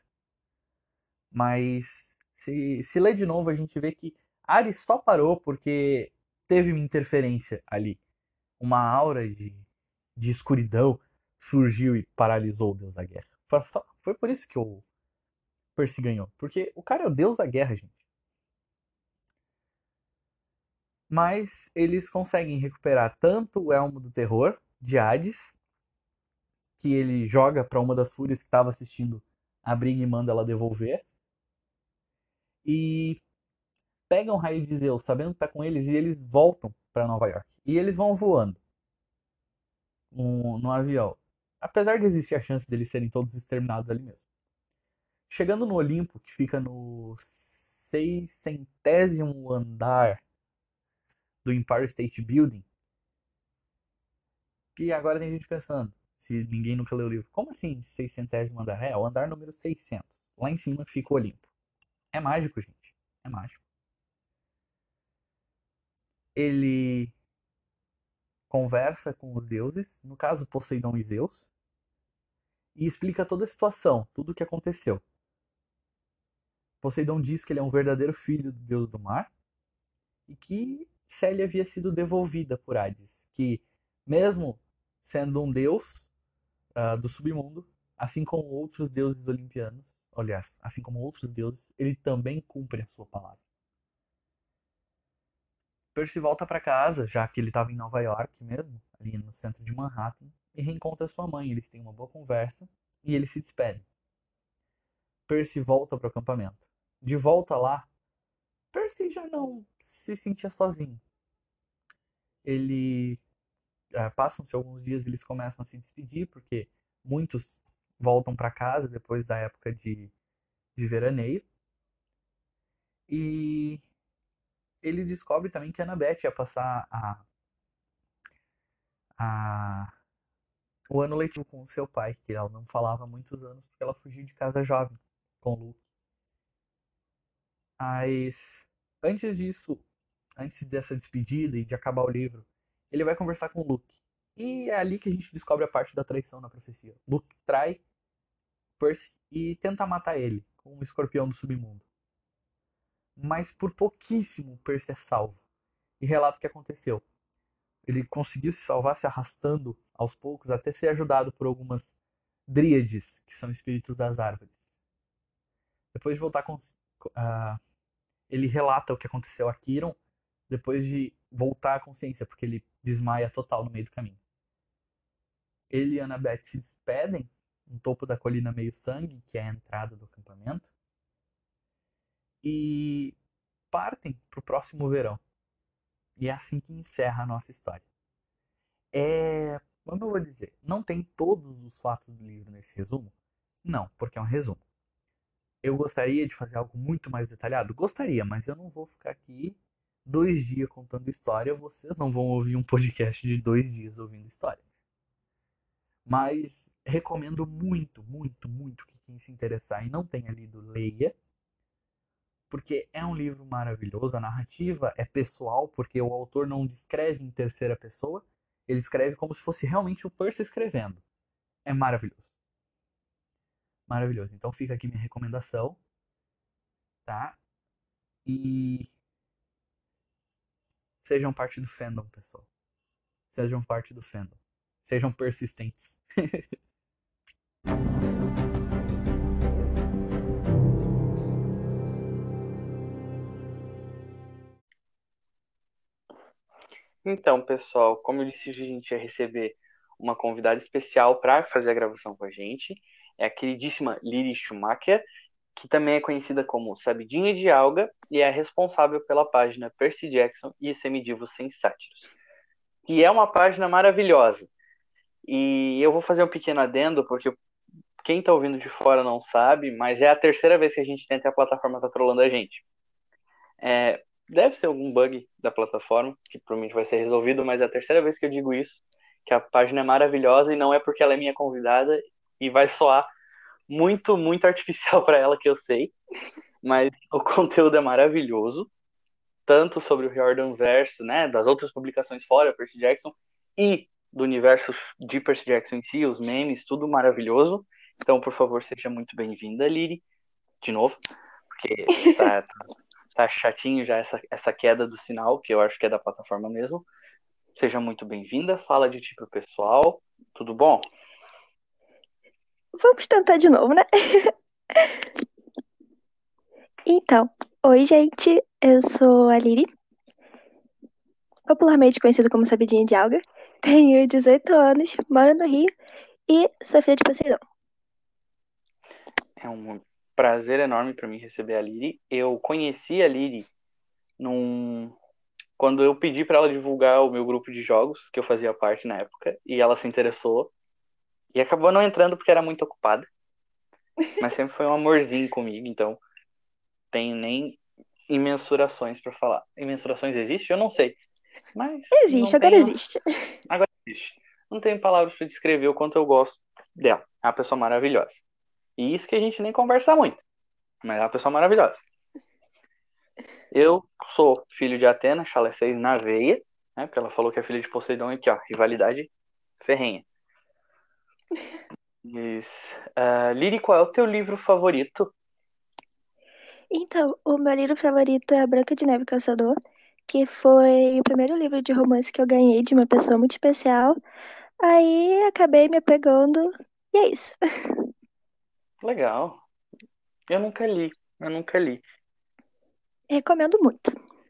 Mas se, se ler de novo, a gente vê que Ares só parou porque teve uma interferência ali. Uma aura de, de escuridão surgiu e paralisou o deus da guerra. Foi, só, foi por isso que o Percy ganhou. Porque o cara é o deus da guerra, gente. Mas eles conseguem recuperar tanto o Elmo do Terror de Hades, que ele joga para uma das fúrias que estava assistindo a briga e manda ela devolver, e pegam o Raio de Zeus, sabendo que tá com eles, e eles voltam para Nova York. E eles vão voando no, no avião, apesar de existir a chance deles serem todos exterminados ali mesmo. Chegando no Olimpo, que fica no seiscentésimo andar do Empire State Building, que agora tem gente pensando, se ninguém nunca leu o livro, como assim seiscentésimo andar? É, o andar número seiscentos. Lá em cima fica o Olimpo. É mágico, gente. É mágico. Ele conversa com os deuses, no caso Poseidon e Zeus, e explica toda a situação, tudo o que aconteceu. Poseidon diz que ele é um verdadeiro filho do deus do mar e que Célia havia sido devolvida por Hades, que mesmo sendo um deus uh, do submundo, assim como outros deuses olimpianos, aliás, assim como outros deuses, ele também cumpre a sua palavra. Percy volta para casa, já que ele estava em Nova York mesmo, ali no centro de Manhattan, e reencontra sua mãe. Eles têm uma boa conversa e eles se despedem. Percy volta para o acampamento. De volta lá, Percy já não se sentia sozinho. Ele é, passam-se alguns dias, eles começam a se despedir porque muitos voltam para casa depois da época de, de veraneio. E ele descobre também que a Annabeth ia passar a, a o ano letivo com o seu pai, que ela não falava há muitos anos porque ela fugiu de casa jovem com o Luke. Mas antes disso, antes dessa despedida e de acabar o livro, ele vai conversar com o Luke. E é ali que a gente descobre a parte da traição na profecia. Luke trai Percy e tenta matar ele com um escorpião do submundo. Mas por pouquíssimo Percy é salvo. E relata o que aconteceu. Ele conseguiu se salvar se arrastando aos poucos até ser ajudado por algumas dríades, que são espíritos das árvores. Depois de voltar com... Uh, ele relata o que aconteceu a Kiron depois de voltar à consciência, porque ele desmaia total no meio do caminho. Ele e Annabeth se despedem no topo da colina meio sangue, que é a entrada do acampamento, e partem para o próximo verão. E é assim que encerra a nossa história. É... Como eu vou dizer? Não tem todos os fatos do livro nesse resumo? Não, porque é um resumo. Eu gostaria de fazer algo muito mais detalhado? Gostaria, mas eu não vou ficar aqui dois dias contando história. Vocês não vão ouvir um podcast de dois dias ouvindo história. Mas recomendo muito, muito, muito que quem se interessar e não tenha lido, leia. Porque é um livro maravilhoso. A narrativa é pessoal, porque o autor não descreve em terceira pessoa. Ele escreve como se fosse realmente o Percy escrevendo. é maravilhoso. Maravilhoso. Então fica aqui minha recomendação, tá? E sejam parte do fandom, pessoal. Sejam parte do fandom. Sejam persistentes. Então, pessoal, como eu disse, a gente ia receber uma convidada especial para fazer a gravação com a gente. É a queridíssima Liri Schumacher, que também é conhecida como Sabidinha de Alga e é responsável pela página Percy Jackson e os Semidivos Sem Sátiros, que é uma página maravilhosa. E eu vou fazer um pequeno adendo, porque quem está ouvindo de fora não sabe, mas é a terceira vez que a gente tenta e a plataforma está trolando a gente. É, deve ser algum bug da plataforma, que provavelmente vai ser resolvido, mas é a terceira vez que eu digo isso, que a página é maravilhosa e não é porque ela é minha convidada e vai soar muito, muito artificial para ela, que eu sei, mas o conteúdo é maravilhoso, tanto sobre o Riordan Verso, né, das outras publicações fora, Percy Jackson, e do universo de Percy Jackson em si, os memes, tudo maravilhoso. Então, por favor, seja muito bem-vinda, Liri, de novo, porque tá, tá chatinho já essa, essa queda do sinal, que eu acho que é da plataforma mesmo. Seja muito bem-vinda, fala de ti pro pessoal, tudo bom? Vamos tentar de novo, né? Então, oi, gente. Eu sou a Liri, popularmente conhecida como Sabidinha de Alga. Tenho dezoito anos, moro no Rio e sou filha de Poseidon. É um prazer enorme para mim receber a Liri. Eu conheci a Liri num... quando eu pedi para ela divulgar o meu grupo de jogos, que eu fazia parte na época, e ela se interessou. E acabou não entrando porque era muito ocupada. Mas sempre foi um amorzinho comigo, então tenho nem imensurações para falar. Imensurações existe? Eu não sei. Mas não Existe, agora tenho. existe. Agora existe. Não tenho palavras para descrever o quanto eu gosto dela. É uma pessoa maravilhosa. E isso que a gente nem conversa muito. Mas é uma pessoa maravilhosa. Eu sou filho de Atena, Chalé seis na veia, né? Porque ela falou que é filha de Poseidon e aqui, ó, rivalidade ferrenha. Mas, uh, Liri, qual é o teu livro favorito? Então, o meu livro favorito é A Branca de Neve e o Caçador, que foi o primeiro livro de romance que eu ganhei de uma pessoa muito especial. Aí acabei me apegando e é isso. Legal. Eu nunca li. Eu nunca li. Recomendo muito.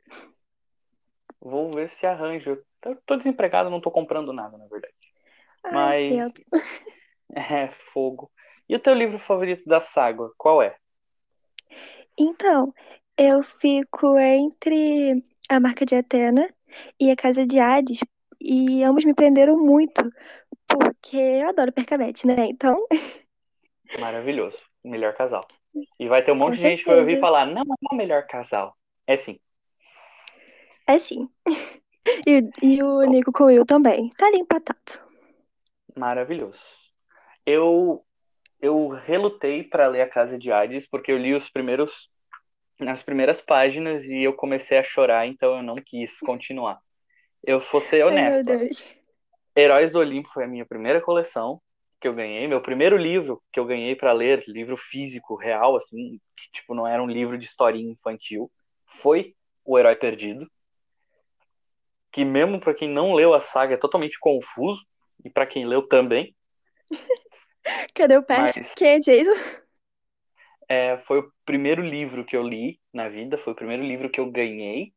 Vou ver se arranjo. Eu tô desempregado, não tô comprando nada, na verdade. Ai, Mas entendo. é fogo. E o teu livro favorito da saga, qual é? Então, eu fico entre A Marca de Atena e A Casa de Hades, e ambos me prenderam muito, porque eu adoro Percavete, né? Então, Maravilhoso. O melhor casal. E vai ter um monte com de gente que vai ouvir certeza. falar, não, é o melhor casal. É sim. É sim. E, e o Nico com o Will também. Tá ali empatado. Maravilhoso. Eu eu relutei para ler A Casa de Hades porque eu li os primeiros nas primeiras páginas e eu comecei a chorar, então eu não quis continuar. Eu vou ser Ai, meu honesto, ó. Deus. Heróis do Olimpo foi a minha primeira coleção que eu ganhei, meu primeiro livro que eu ganhei para ler, livro físico, real, assim, que tipo não era um livro de historinha infantil, foi O Herói Perdido, que mesmo para quem não leu a saga é totalmente confuso e para quem leu também, Cadê o Percy? mas Quem é Jason? é, foi o primeiro livro que eu li na vida, foi o primeiro livro que eu ganhei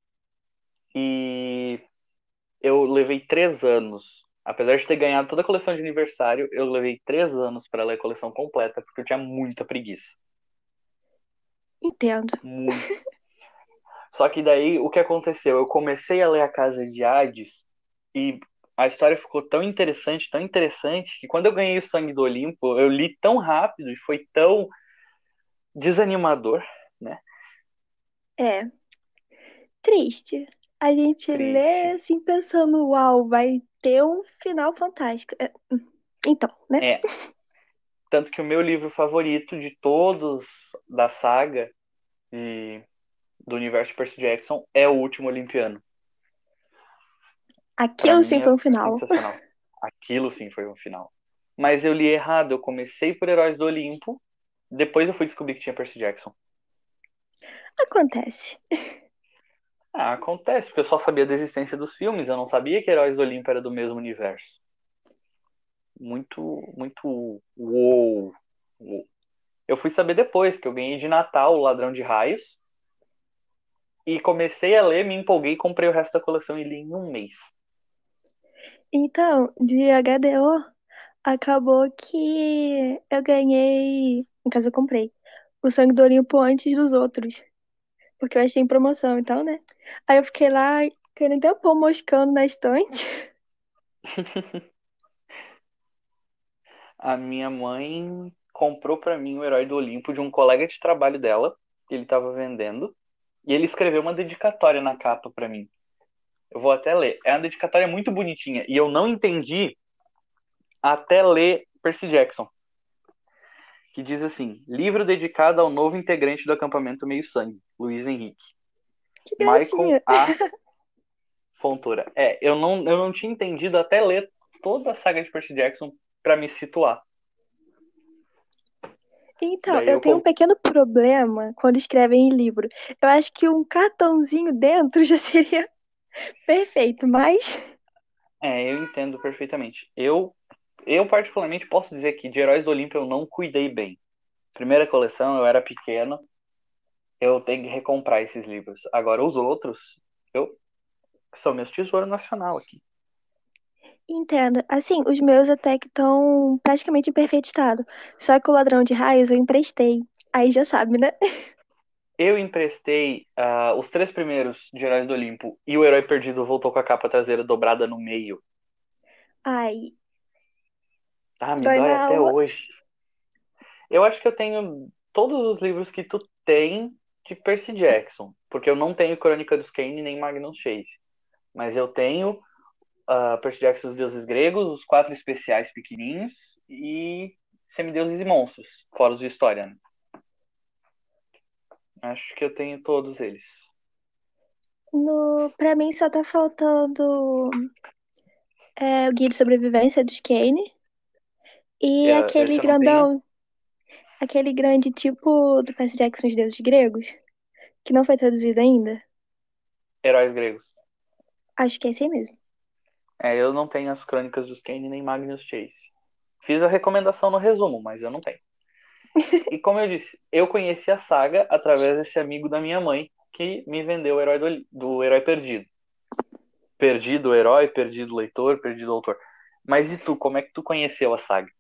e eu levei três anos. Apesar de ter ganhado toda a coleção de aniversário, eu levei três anos para ler a coleção completa, porque eu tinha muita preguiça. Entendo. Muito. Só que daí, o que aconteceu? Eu comecei a ler A Casa de Hades e a história ficou tão interessante, tão interessante, que quando eu ganhei o Sangue do Olimpo, eu li tão rápido e foi tão desanimador, né? É. Triste. A gente lê Triste. assim pensando, uau, vai ter um final fantástico. É, então, né? É, tanto que o meu livro favorito de todos da saga de, do universo de Percy Jackson é O Último Olimpiano. Pra Aquilo sim mim é foi um final. sensacional. Aquilo sim foi um final. mas eu li errado. Eu comecei por Heróis do Olimpo, depois eu fui descobrir que tinha Percy Jackson. Acontece. Ah, acontece, porque eu só sabia da existência dos filmes, eu não sabia que Heróis do Olimpo era do mesmo universo. Muito, muito uou. uou. Eu fui saber depois, que eu ganhei de Natal o Ladrão de Raios, e comecei a ler, me empolguei, comprei o resto da coleção e li em um mês. Então, de H D O, acabou que eu ganhei. No caso, eu comprei o Sangue do Olimpo antes dos outros. Porque eu achei em promoção e tal, né? Aí eu fiquei lá, querendo tempo moscando na estante. A minha mãe comprou pra mim o Herói do Olimpo de um colega de trabalho dela, que ele tava vendendo, e ele escreveu uma dedicatória na capa pra mim. Eu vou até ler. É uma dedicatória muito bonitinha, e eu não entendi até ler Percy Jackson, que diz assim: livro dedicado ao novo integrante do acampamento Meio Sangue, Luiz Henrique. Que Michael gracinha. A. Fontoura. É, eu não, eu não tinha entendido até ler toda a saga de Percy Jackson pra me situar. Então, Daí eu eu tenho um com- pequeno problema quando escrevem em livro. Eu acho que um cartãozinho dentro já seria perfeito, mas. É, eu entendo perfeitamente. Eu, eu particularmente posso dizer que de Heróis do Olimpo eu não cuidei bem. Primeira coleção, eu era pequeno, eu tenho que recomprar esses livros. Agora os outros, eu são meus tesouro nacional aqui. Entendo. Assim, os meus até que estão praticamente em perfeito estado. Só que o Ladrão de Raios eu emprestei. Aí já sabe, né? Eu emprestei ah, os três primeiros de Heróis do Olimpo e o Herói Perdido voltou com a capa traseira dobrada no meio. Ai, Ah, me dói dói na até alma. hoje. Eu acho que eu tenho todos os livros que tu tem de Percy Jackson, porque eu não tenho Crônica dos Kane nem Magnus Chase. Mas eu tenho uh, Percy Jackson e os Deuses Gregos, os quatro especiais pequenininhos e Semideuses e Monstros, fora os de história, né? Acho que eu tenho todos eles. No... Pra mim só tá faltando é, o Guia de Sobrevivência dos Kane e É, aquele esse eu não tenho. grandão, aquele grande tipo do Percy Jackson, os Deuses Gregos, que não foi traduzido ainda. Heróis Gregos. Acho que é esse aí mesmo. É, eu não tenho as Crônicas dos Kane nem Magnus Chase. Fiz a recomendação no resumo, mas eu não tenho. E como eu disse, eu conheci a saga através desse amigo da minha mãe que me vendeu o herói do, do Herói Perdido. Perdido o herói, perdido o leitor, perdido o autor. Mas e tu, como é que tu conheceu a saga?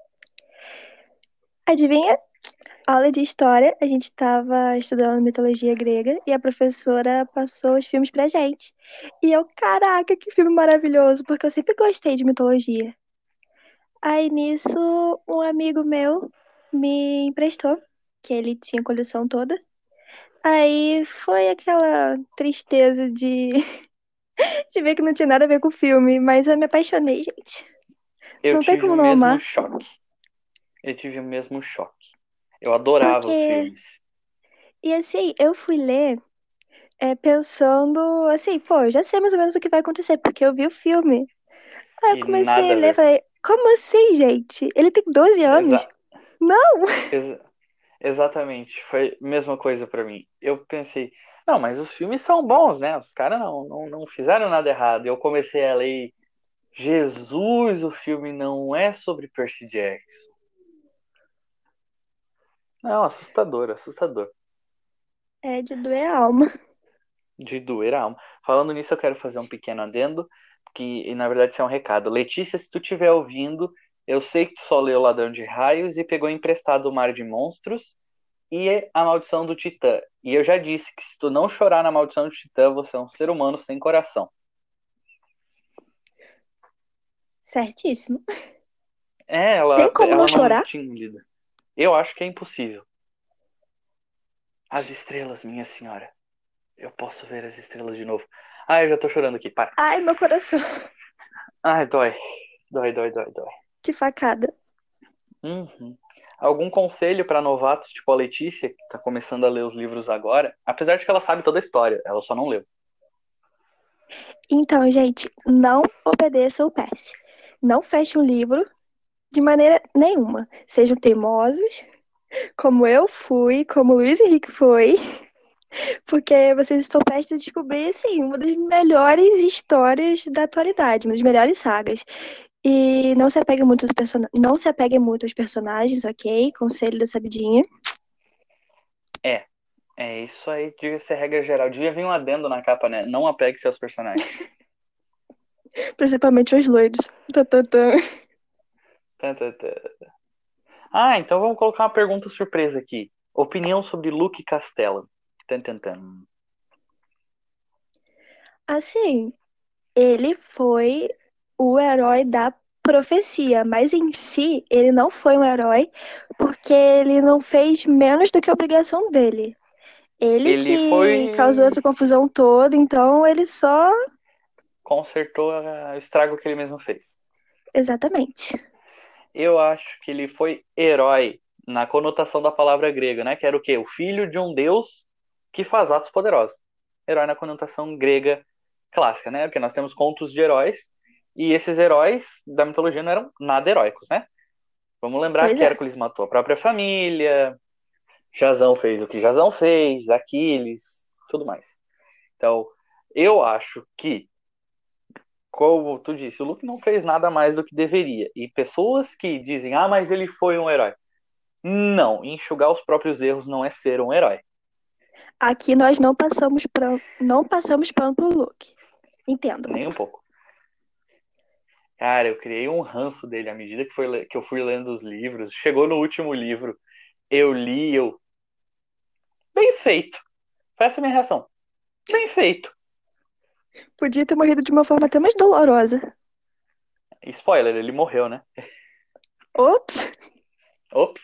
Adivinha? Aula de história, a gente estava estudando mitologia grega e a professora passou os filmes pra gente. E eu, caraca, que filme maravilhoso, porque eu sempre gostei de mitologia. Aí nisso, um amigo meu me emprestou, que ele tinha a coleção toda. Aí foi aquela tristeza de, de ver que não tinha nada a ver com o filme, mas eu me apaixonei, gente. Eu Não tem tive como o não mesmo amar, choque. Eu tive o mesmo choque. Eu adorava os porque. filmes. E assim, eu fui ler é, pensando assim, pô, eu já sei mais ou menos o que vai acontecer, porque eu vi o filme. Aí eu E comecei a nada a ler, ver. falei, como assim, gente? Ele tem doze anos? Exa Não! exa exatamente. Foi a mesma coisa pra mim. Eu pensei, não, mas os filmes são bons, né? Os caras não, não, não fizeram nada errado. Eu comecei a ler, Jesus, o filme não é sobre Percy Jackson. Não, assustador, assustador. É de doer a alma. De doer a alma. Falando nisso, eu quero fazer um pequeno adendo, que e, na verdade isso é um recado. Letícia, se tu estiver ouvindo, eu sei que tu só leu Ladrão de Raios e pegou emprestado o Mar de Monstros e a Maldição do Titã. E eu já disse que se tu não chorar na Maldição do Titã, você é um ser humano sem coração. Certíssimo. É, Tem ela, como não ela não chorar? tinha lido. Eu acho que é impossível. As estrelas, minha senhora. Eu posso ver as estrelas de novo. Ah, eu já tô chorando aqui, para. Ai, meu coração. Ai, dói. Dói, dói, dói, dói. Que facada. Uhum. Algum conselho para novatos, tipo a Letícia, que tá começando a ler os livros agora? Apesar de que ela sabe toda a história, ela só não leu. Então, gente, não obedeça o Percy. Não feche um livro de maneira nenhuma. Sejam teimosos, como eu fui, como o Luiz Henrique foi, porque vocês estão prestes a descobrir, assim, uma das melhores histórias da atualidade, uma das melhores sagas. E não se apegue muito aos person... não se apegue muito aos personagens, ok? Conselho da Sabidinha. É, é isso aí, devia ser regra geral. Devia vir um adendo na capa, né? Não apegue-se aos personagens. Principalmente os loiros. Tã, tã, tã. Tá, tá, tá. Ah, então vamos colocar uma pergunta surpresa aqui. Opinião sobre Luke Castellan. Tan, tan, tan. Assim, ele foi o herói da profecia, mas em si ele não foi um herói porque ele não fez menos do que a obrigação dele. Ele Ele que causou foi... essa confusão toda, então ele só. consertou a- o estrago que ele mesmo fez. Exatamente. Eu acho que ele foi herói na conotação da palavra grega, né? Que era o quê? O filho de um deus que faz atos poderosos. Herói na conotação grega clássica, né? Porque nós temos contos de heróis e esses heróis da mitologia não eram nada heróicos, né? Vamos lembrar Pois que é. Hércules matou a própria família, Jazão fez o que Jazão fez, Aquiles, tudo mais. Então, eu acho que, como tu disse, o Luke não fez nada mais do que deveria. E pessoas que dizem, ah, mas ele foi um herói. Não, enxugar os próprios erros não é ser um herói. Aqui nós não passamos pano, não passamos pano pro Luke. Entendam. Nem um pouco. Cara, eu criei um ranço dele à medida que, foi, que eu fui lendo os livros. Chegou no último livro, eu li, eu... Bem feito. Foi essa a minha reação. Bem feito. Podia ter morrido de uma forma até mais dolorosa. Spoiler, ele morreu, né? Ops! Ops.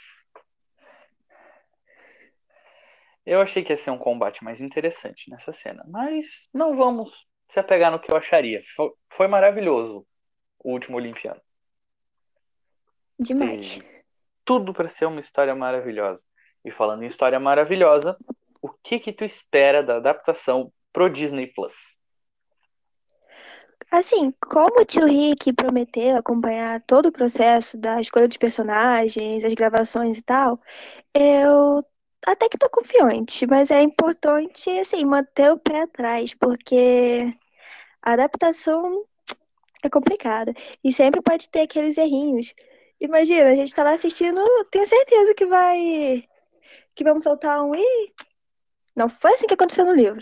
Eu achei que ia ser um combate mais interessante nessa cena. Mas não vamos se apegar no que eu acharia. Foi, foi maravilhoso o último Olimpiano. Demais. Teve tudo para ser uma história maravilhosa. E falando em história maravilhosa, o que que tu espera da adaptação pro Disney Plus? Assim, como o tio Rick prometeu acompanhar todo o processo da escolha dos personagens, as gravações e tal, eu até que tô confiante, mas é importante, assim, manter o pé atrás, porque a adaptação é complicada e sempre pode ter aqueles errinhos. Imagina, a gente tá lá assistindo, tenho certeza que vai, que vamos soltar um, ih, não foi assim que aconteceu no livro.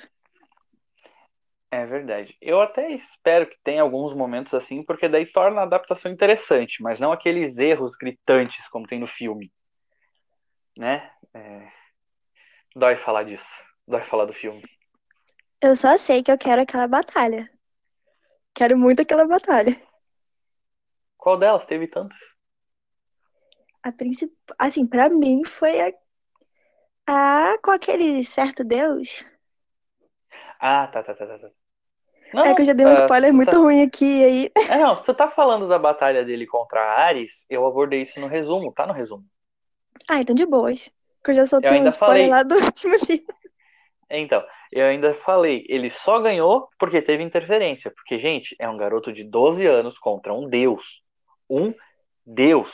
É verdade. Eu até espero que tenha alguns momentos assim, porque daí torna a adaptação interessante, mas não aqueles erros gritantes como tem no filme, né? É, dói falar disso. Dói falar do filme. Eu só sei que eu quero aquela batalha. Quero muito aquela batalha. Qual delas? Teve tantas? A principal, assim, pra mim foi a, a com aquele certo Deus. Ah, tá, tá, tá, tá. tá. Não, É que eu não. já dei um Uh, spoiler tu muito tá... ruim aqui aí. É, não, se tu tá falando da batalha dele contra a Ares, eu abordei isso no resumo, tá no resumo. Ah, então de boas. Que eu já Eu soltei um ainda spoiler falei. lá do último livro. Então, eu ainda falei, ele só ganhou porque teve interferência. Porque, gente, é um garoto de doze anos contra um deus. Um deus.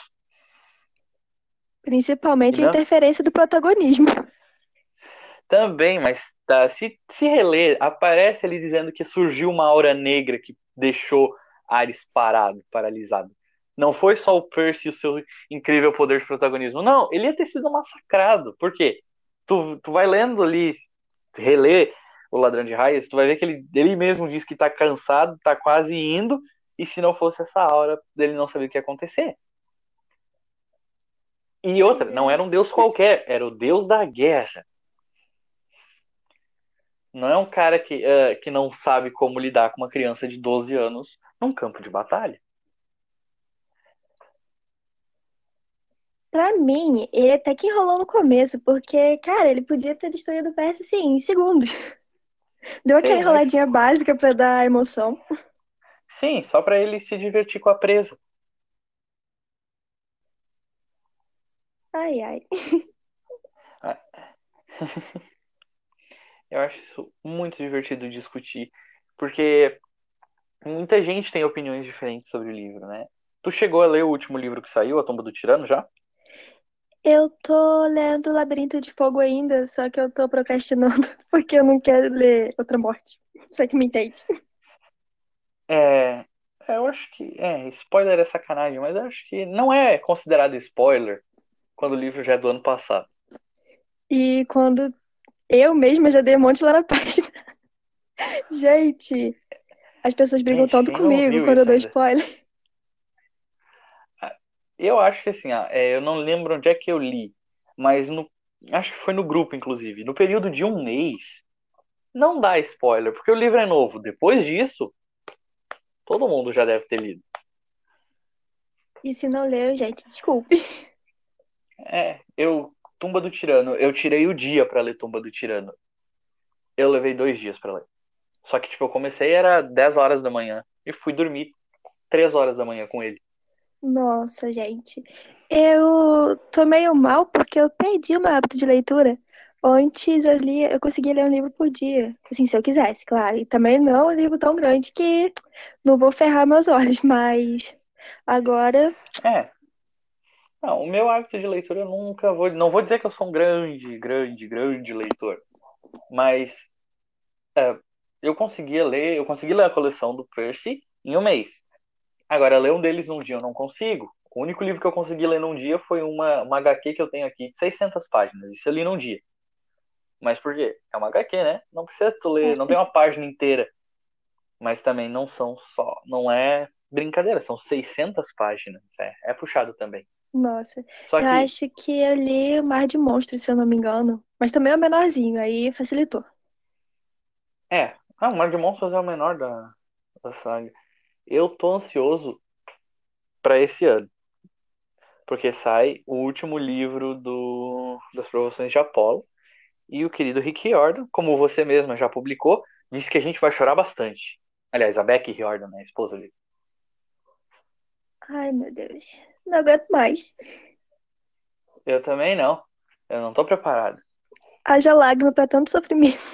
E Principalmente a não, interferência do protagonismo. também, mas tá, se, se reler, aparece ali dizendo que surgiu uma aura negra que deixou Ares parado, paralisado. Não foi só o Percy e o seu incrível poder de protagonismo. Não, ele ia ter sido massacrado. Por quê? Tu, tu vai lendo ali, reler o Ladrão de Raios, tu vai ver que ele, ele mesmo diz que tá cansado, tá quase indo, e se não fosse essa aura, ele não sabia o que ia acontecer. E Pois outra, não é. era um deus qualquer, era o deus da guerra. Não é um cara que, uh, que não sabe como lidar com uma criança de doze anos num campo de batalha. Pra mim, ele até que enrolou no começo, porque, cara, ele podia ter destruído o P S, sim, em segundos. Deu aquela Sim, mas enroladinha básica pra dar emoção. sim, só para ele se divertir com a presa. Ai, ai. Eu acho isso muito divertido de discutir, porque muita gente tem opiniões diferentes sobre o livro, né? Tu chegou a ler o último livro que saiu, A Tumba do Tirano, já? Eu tô lendo Labirinto de Fogo ainda, só que eu tô procrastinando porque eu não quero ler Outra Morte. Você que me entende. É, é, eu acho que, é, spoiler é sacanagem, mas eu acho que não é considerado spoiler quando o livro já é do ano passado. E quando eu mesma já dei um monte lá na página. Gente, as pessoas brigam Gente, tanto quem não comigo viu quando eu isso dou ainda? spoiler. Ah, eu acho que assim, ah, é, eu não lembro onde é que eu li, mas no, acho que foi no grupo, inclusive. No período de um mês, não dá spoiler, porque o livro é novo. Depois disso, todo mundo já deve ter lido. E se não leu, gente, desculpe. É, eu, Tumba do Tirano, eu tirei o dia pra ler Tumba do Tirano. Eu levei dois dias pra ler. Só que, tipo, eu comecei era dez horas da manhã e fui dormir três horas da manhã com ele. Nossa, gente. Eu tô meio mal porque eu perdi o meu hábito de leitura. Antes eu lia, eu conseguia ler um livro por dia. Assim, se eu quisesse, claro. E também não é um livro tão grande que não vou ferrar meus olhos, mas agora, É, não, o meu hábito de leitura eu nunca vou. Não vou dizer que eu sou um grande, grande, grande leitor. Mas é, eu conseguia ler, eu consegui ler a coleção do Percy em um mês. Agora, ler um deles num dia eu não consigo. O único livro que eu consegui ler num dia foi uma, uma H Q que eu tenho aqui de seiscentas páginas. Isso eu li num dia. Mas por quê? É uma H Q, né? Não precisa tu ler, não tem é, uma página inteira. Mas também não são só, não é brincadeira, são seiscentas páginas. É, é puxado também. nossa, Só eu que, acho que eu li o Mar de Monstros, se eu não me engano. Mas também é o menorzinho, aí facilitou. é, ah, o Mar de Monstros é o menor da, da saga. Eu tô ansioso pra esse ano. Porque sai o último livro do, das Provações de Apolo. E o querido Rick Riordan, como você mesma já publicou, disse que a gente vai chorar bastante. Aliás, a Becky Riordan, né, a esposa dele. Ai, meu Deus. Não aguento mais. Eu também não. Eu não tô preparado. Haja lágrima pra tanto sofrimento.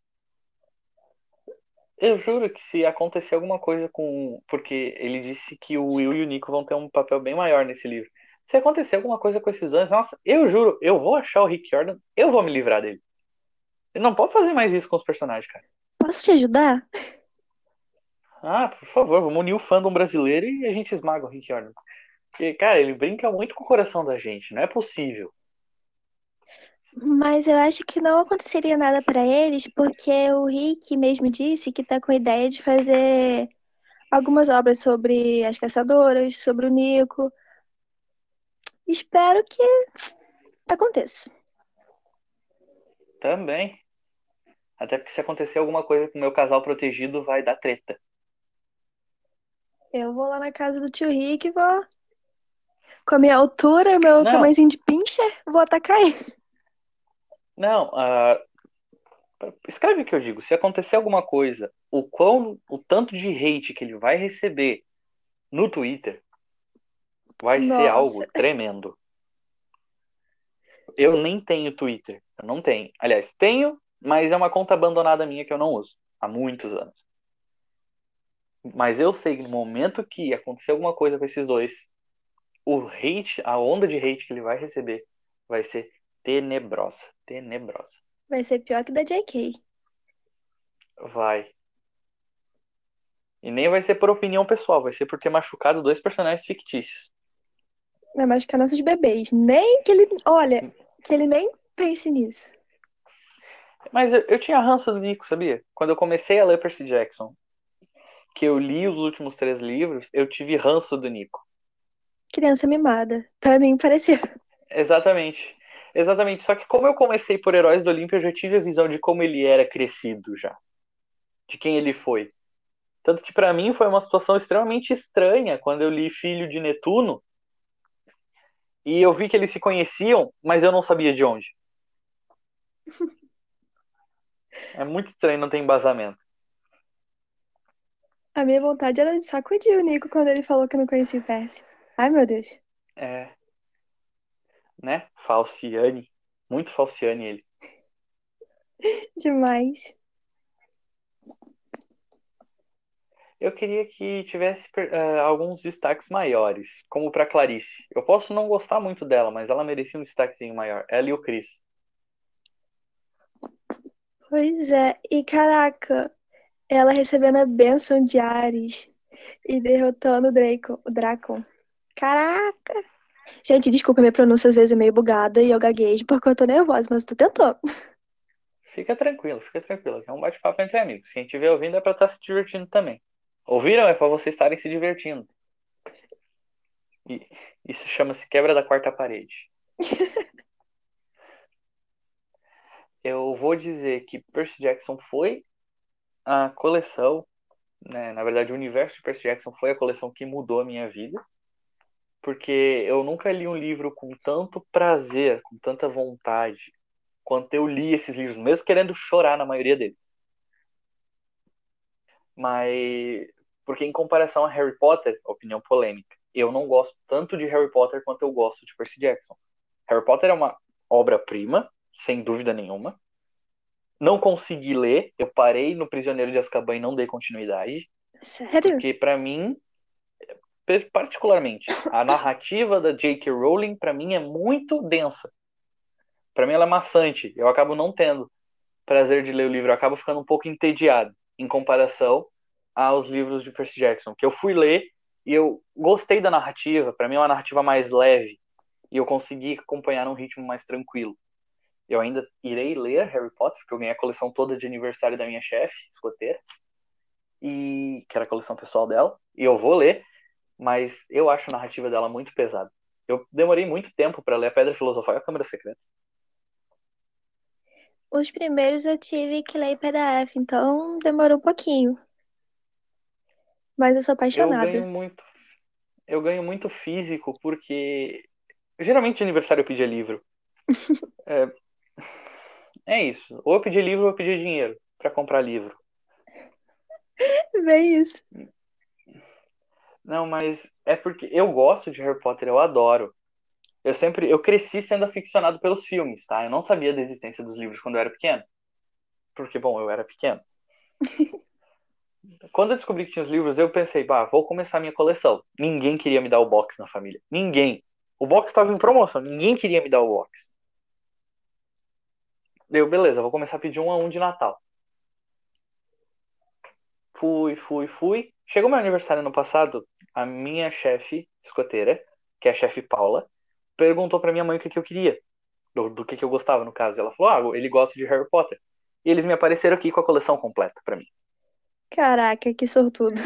Eu juro que se acontecer alguma coisa com. Porque ele disse que o Will e o Nico vão ter um papel bem maior nesse livro. Se acontecer alguma coisa com esses dois, nossa, eu juro, eu vou achar o Rick Riordan, eu vou me livrar dele. Ele não pode fazer mais isso com os personagens, cara. Posso te ajudar? Ah, por favor, vamos unir o fandom brasileiro e a gente esmaga o Rick Riordan. Porque, cara, ele brinca muito com o coração da gente, não é possível. Mas eu acho que não aconteceria nada pra eles, porque o Rick mesmo disse que tá com a ideia de fazer algumas obras sobre as caçadoras, sobre o Nico. Espero que aconteça. Também. Até porque se acontecer alguma coisa com o meu casal protegido, vai dar treta. Eu vou lá na casa do tio Rick e vou, com a minha altura, meu Não, tamanhozinho de pincher, vou atacar ele. não. ah, escreve o que eu digo. Se acontecer alguma coisa, o quão, o tanto de hate que ele vai receber no Twitter vai ser algo Nossa. tremendo. Eu nem tenho Twitter. Eu não tenho. Aliás, tenho, mas é uma conta abandonada minha que eu não uso há muitos anos. Mas eu sei que no momento que acontecer alguma coisa com esses dois, o hate, a onda de hate que ele vai receber vai ser tenebrosa. Tenebrosa. Vai ser pior que da J K. Vai. E nem vai ser por opinião pessoal, vai ser por ter machucado dois personagens fictícios. Vai machucar nossos bebês. Nem que ele. Olha, que ele nem pense nisso. Mas eu, eu tinha ranço do Nico, sabia? Quando eu comecei a ler Percy Jackson, que eu li os últimos três livros, eu tive ranço do Nico. Criança mimada. Pra mim, pareceu. Exatamente. Exatamente. Só que como eu comecei por Heróis do Olimpo, eu já tive a visão de como ele era crescido já. De quem ele foi. Tanto que pra mim foi uma situação extremamente estranha quando eu li Filho de Netuno e eu vi que eles se conheciam, mas eu não sabia de onde. É muito estranho, não tem embasamento. A minha vontade era de sacudir o Nico quando ele falou que não conhecia o Percy. Ai, meu Deus. É, né? Falciane. Muito Falciane ele. Demais. Eu queria que tivesse per- eh, alguns destaques maiores, como pra Clarice. Eu posso não gostar muito dela, mas ela merecia um destaquezinho maior. Ela e o Chris. Pois é, e caraca, ela recebendo a bênção de Ares e derrotando o Draco, o Drácon. Caraca! Gente, desculpa, minha pronúncia às vezes é meio bugada e eu gaguejo porque eu tô nervosa, mas eu tô tentando. Fica tranquilo, fica tranquilo. É um bate-papo entre amigos. Quem estiver ouvindo é pra estar se divertindo também. Ouviram? É pra vocês estarem se divertindo. E isso chama-se quebra da quarta parede. Eu vou dizer que Percy Jackson foi a coleção, né? Na verdade, o universo de Percy Jackson foi a coleção que mudou a minha vida. Porque eu nunca li um livro com tanto prazer, com tanta vontade, quanto eu li esses livros, mesmo querendo chorar na maioria deles. Mas, porque em comparação a Harry Potter, opinião polêmica, eu não gosto tanto de Harry Potter quanto eu gosto de Percy Jackson. Harry Potter é uma obra-prima, sem dúvida nenhuma. Não consegui ler, eu parei no Prisioneiro de Azkaban e não dei continuidade, Sério? porque pra mim, particularmente, a narrativa da J K. Rowling pra mim é muito densa. Pra mim ela é maçante. Eu acabo não tendo prazer de ler o livro, eu acabo ficando um pouco entediado em comparação aos livros de Percy Jackson, que eu fui ler e eu gostei da narrativa. Pra mim é uma narrativa mais leve e eu consegui acompanhar num ritmo mais tranquilo. Eu ainda irei ler Harry Potter, porque eu ganhei a coleção toda de aniversário da minha chefe, escoteira, e que era a coleção pessoal dela, e eu vou ler, mas eu acho a narrativa dela muito pesada. Eu demorei muito tempo pra ler A Pedra Filosofal e A Câmara Secreta. Os primeiros eu tive que ler em P D F, então demorou um pouquinho. Mas eu sou Eu ganho apaixonada. muito, eu ganho muito físico porque geralmente de aniversário eu pedia livro. É, é isso. Ou eu pedi livro ou eu pedi dinheiro pra comprar livro. Bem isso. Não, mas é porque eu gosto de Harry Potter, eu adoro. Eu sempre, eu cresci sendo aficionado pelos filmes, tá? Eu não sabia da existência dos livros quando eu era pequeno. Porque, bom, eu era pequeno. Quando eu descobri que tinha os livros, eu pensei, bah, vou começar a minha coleção. Ninguém queria me dar o box na família. Ninguém. O box estava em promoção, ninguém queria me dar o box. Eu, beleza, vou começar a pedir um a um de Natal. Fui, fui, fui. Chegou meu aniversário ano passado, a minha chefe escoteira, que é a chefe Paula, perguntou pra minha mãe o que, que eu queria. Do, do que, que eu gostava, no caso. Ela falou, ah, ele gosta de Harry Potter. E eles me apareceram aqui com a coleção completa pra mim. Caraca, que sortudo.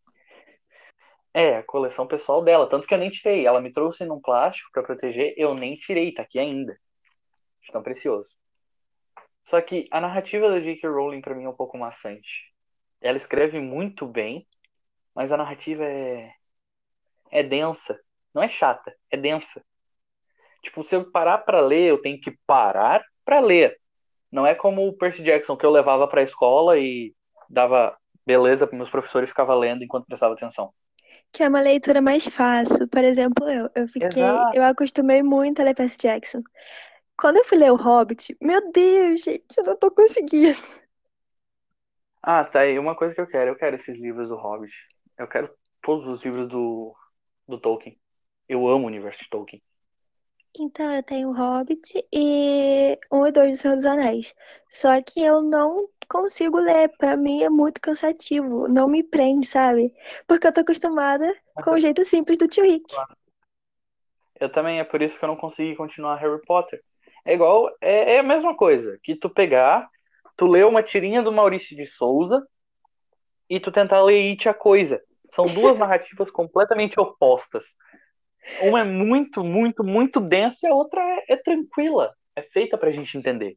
É, a coleção pessoal dela, tanto que eu nem tirei. Ela me trouxe num plástico pra proteger, eu nem tirei, tá aqui ainda. De tão precioso. Só que a narrativa da J K. Rowling pra mim é um pouco maçante. Ela escreve muito bem, mas a narrativa é, é densa. Não é chata, é densa. Tipo, se eu parar pra ler, eu tenho que parar pra ler. Não é como o Percy Jackson, que eu levava pra escola e dava beleza pros meus professores e ficava lendo enquanto prestava atenção. Que é uma leitura mais fácil. Por exemplo, eu, eu fiquei, eu Exato. acostumei muito a ler Percy Jackson. Quando eu fui ler O Hobbit, meu Deus, gente, eu não tô conseguindo. Ah, tá aí uma coisa que eu quero. Eu quero esses livros do Hobbit. Eu quero todos os livros do, do Tolkien. Eu amo o universo de Tolkien. Então, eu tenho O Hobbit e um e dois do Senhor dos Anéis. Só que eu não consigo ler. Pra mim é muito cansativo. Não me prende, sabe? Porque eu tô acostumada Mas com o eu, jeito simples do tio Rick. eu também, é por isso que eu não consegui continuar Harry Potter. É igual, é, é a mesma coisa. Que tu pegar, tu lê uma tirinha do Maurício de Souza e tu tentar ler It a Coisa. São duas narrativas completamente opostas. Uma é muito, muito, muito densa e a outra é, é tranquila. É feita pra gente entender.